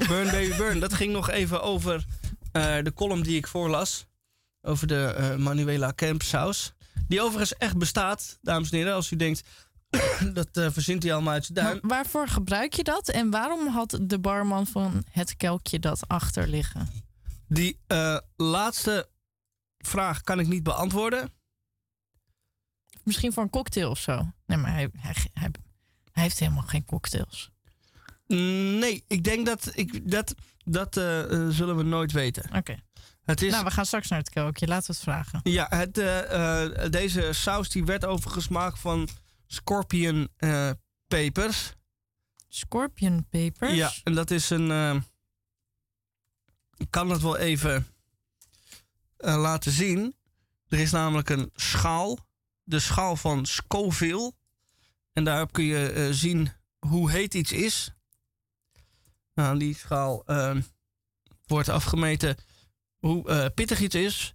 Burn Baby Burn. Dat ging nog even over de column die ik voorlas. Over de Manuela Campsaus. Die overigens echt bestaat, dames en heren. Als u denkt, dat verzint hij allemaal uit zijn duim. Maar waarvoor gebruik je dat? En waarom had de barman van Het Kelkje dat achter liggen? Die laatste vraag kan ik niet beantwoorden. Misschien voor een cocktail of zo. Nee, maar hij heeft helemaal geen cocktails. Nee, ik denk dat zullen we nooit weten. Oké. Nou, we gaan straks naar Het Kelkje. Laten we het vragen. Ja, deze saus die werd overigens gemaakt van scorpion pepers. Scorpion pepers? Ja, en dat is een... ik kan het wel even laten zien. Er is namelijk een schaal. De schaal van Scoville. En daarop kun je zien hoe heet iets is. Nou, die schaal wordt afgemeten hoe pittig iets is.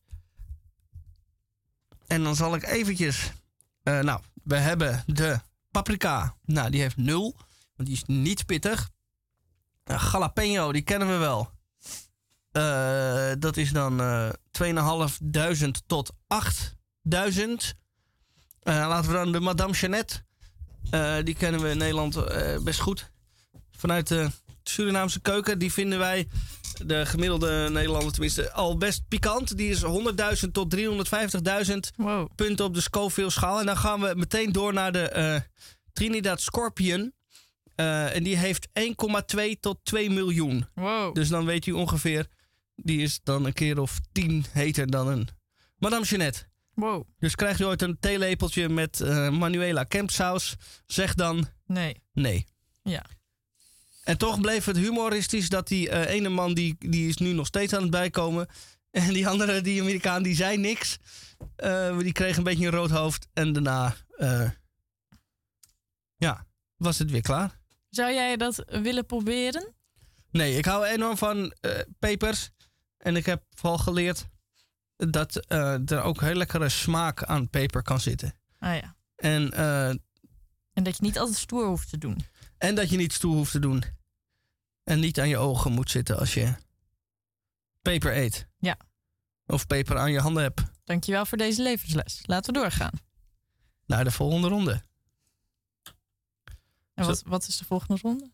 En dan zal ik eventjes... we hebben de paprika. Nou, die heeft 0. Want die is niet pittig. Jalapeno, die kennen we wel. Dat is dan 2.500 tot 8.000. Laten we dan de Madame Jeannette. Die kennen we in Nederland best goed. Vanuit de Surinaamse keuken. Die vinden wij, de gemiddelde Nederlander tenminste, al best pikant. Die is 100.000 tot 350.000 punten op de Scoville-schaal. En dan gaan we meteen door naar de Trinidad Scorpion. En die heeft 1,2 tot 2 miljoen. Wow. Dus dan weet u ongeveer, die is dan een keer of 10 heter dan een Madame Jeannette. Wow. Dus krijgt u ooit een theelepeltje met Manuela Campsaus, zeg dan nee. Ja. En toch bleef het humoristisch dat die ene man, die is nu nog steeds aan het bijkomen. En die andere, die Amerikaan, die zei niks. Die kreeg een beetje een rood hoofd. En daarna was het weer klaar. Zou jij dat willen proberen? Nee, ik hou enorm van pepers. En ik heb vooral geleerd dat er ook heel lekkere smaak aan peper kan zitten. Ah ja. En dat je niet altijd stoer hoeft te doen. En dat je niet stoer hoeft te doen. En niet aan je ogen moet zitten als je peper eet. Ja. Of peper aan je handen hebt. Dankjewel voor deze levensles. Laten we doorgaan. Naar de volgende ronde. En wat is de volgende ronde?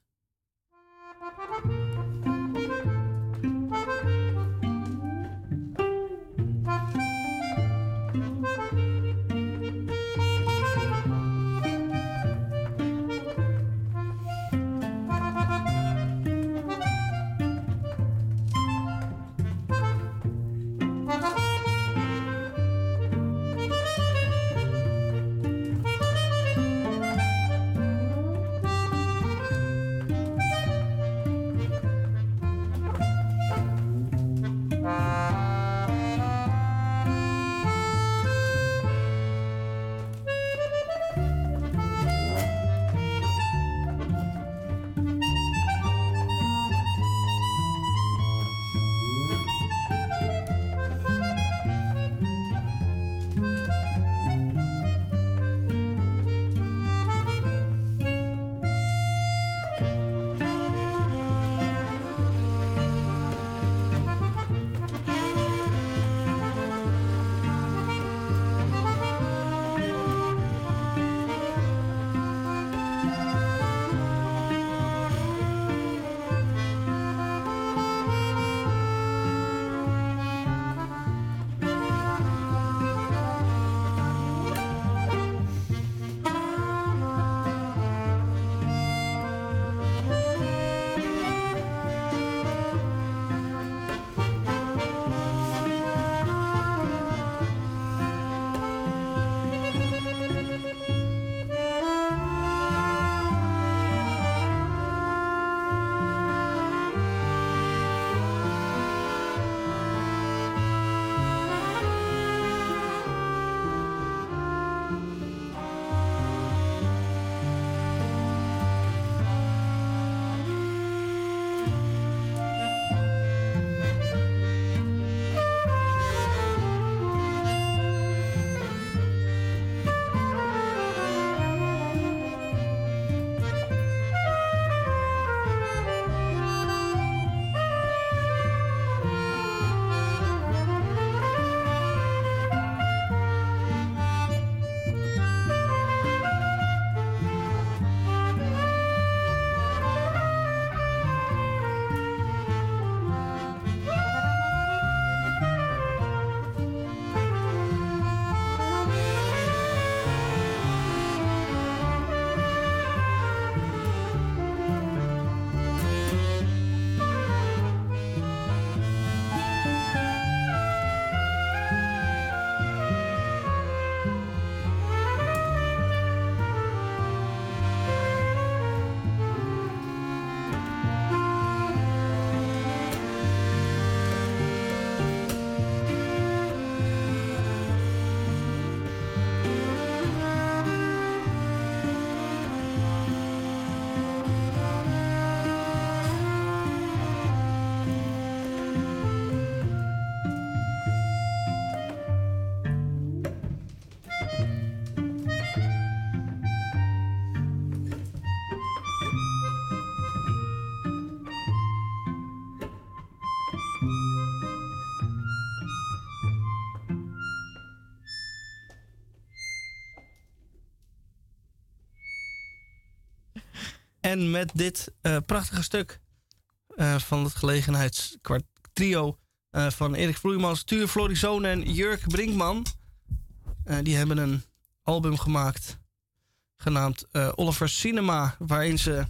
En met dit prachtige stuk van het gelegenheidstrio van Erik Vloeimans, Tuur Florizoon en Jurk Brinkman. Die hebben een album gemaakt genaamd Oliver Cinema, waarin ze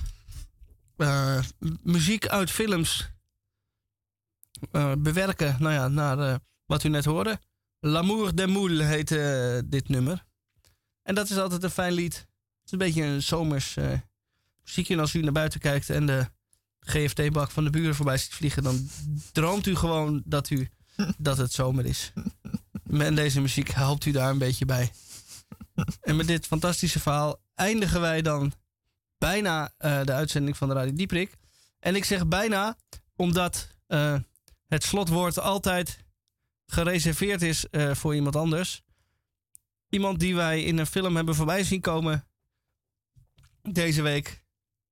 muziek uit films bewerken. Nou ja, naar wat u net hoorde. L'amour des moules heet dit nummer. En dat is altijd een fijn lied. Het is een beetje een zomers muziekje. En als u naar buiten kijkt en de GFT-bak van de buren voorbij ziet vliegen, dan droomt u gewoon dat het zomer is. En deze muziek helpt u daar een beetje bij. En met dit fantastische verhaal eindigen wij dan bijna de uitzending van de Radio Dieprik. En ik zeg bijna, omdat het slotwoord altijd gereserveerd is voor iemand anders. Iemand die wij in een film hebben voorbij zien komen deze week.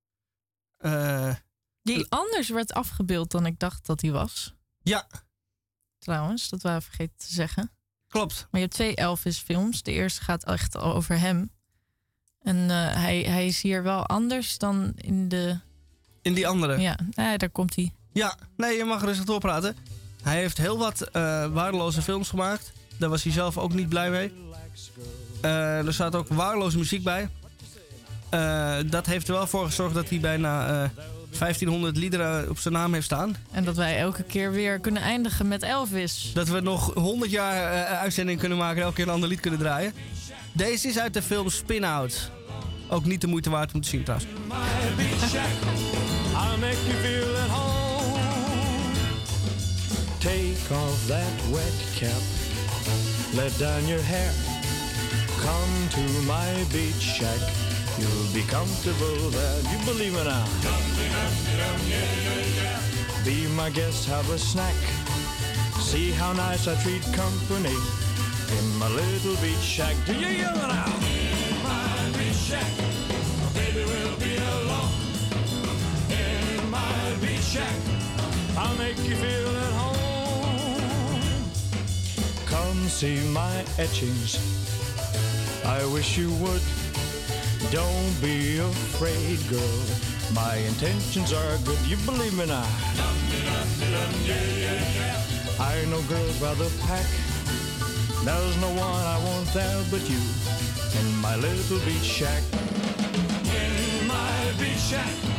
Die anders werd afgebeeld dan ik dacht dat hij was. Ja. Trouwens, dat waren we vergeten te zeggen. Klopt. Maar je hebt 2 Elvis-films. De eerste gaat echt over hem. En hij is hier wel anders dan in de... In die andere? Ja, daar komt hij. Ja, nee, je mag rustig doorpraten. Hij heeft heel wat waardeloze films gemaakt. Daar was hij zelf ook niet blij mee. Er staat ook waardeloze muziek bij. Dat heeft er wel voor gezorgd dat hij bijna 1500 liederen op zijn naam heeft staan. En dat wij elke keer weer kunnen eindigen met Elvis. Dat we nog 100 jaar uitzending kunnen maken en elke keer een ander lied kunnen draaien. Deze is uit de film Spin Out. Ook niet de moeite waard om te zien trouwens. I'll make you feel at home. Take off that wet cap. Let down your hair. Come to my beach shack. You'll be comfortable there. You believe me now? Be my guest, have a snack. See how nice I treat company in my little beach shack. Do you hear me now? In my beach shack, baby, we'll be alone. In my beach shack, I'll make you feel at home. Come see my etchings. I wish you would. Don't be afraid, girl. My intentions are good. You believe me now? I know girls by the pack. There's no one I want there but you. In my little beach shack. In my beach shack.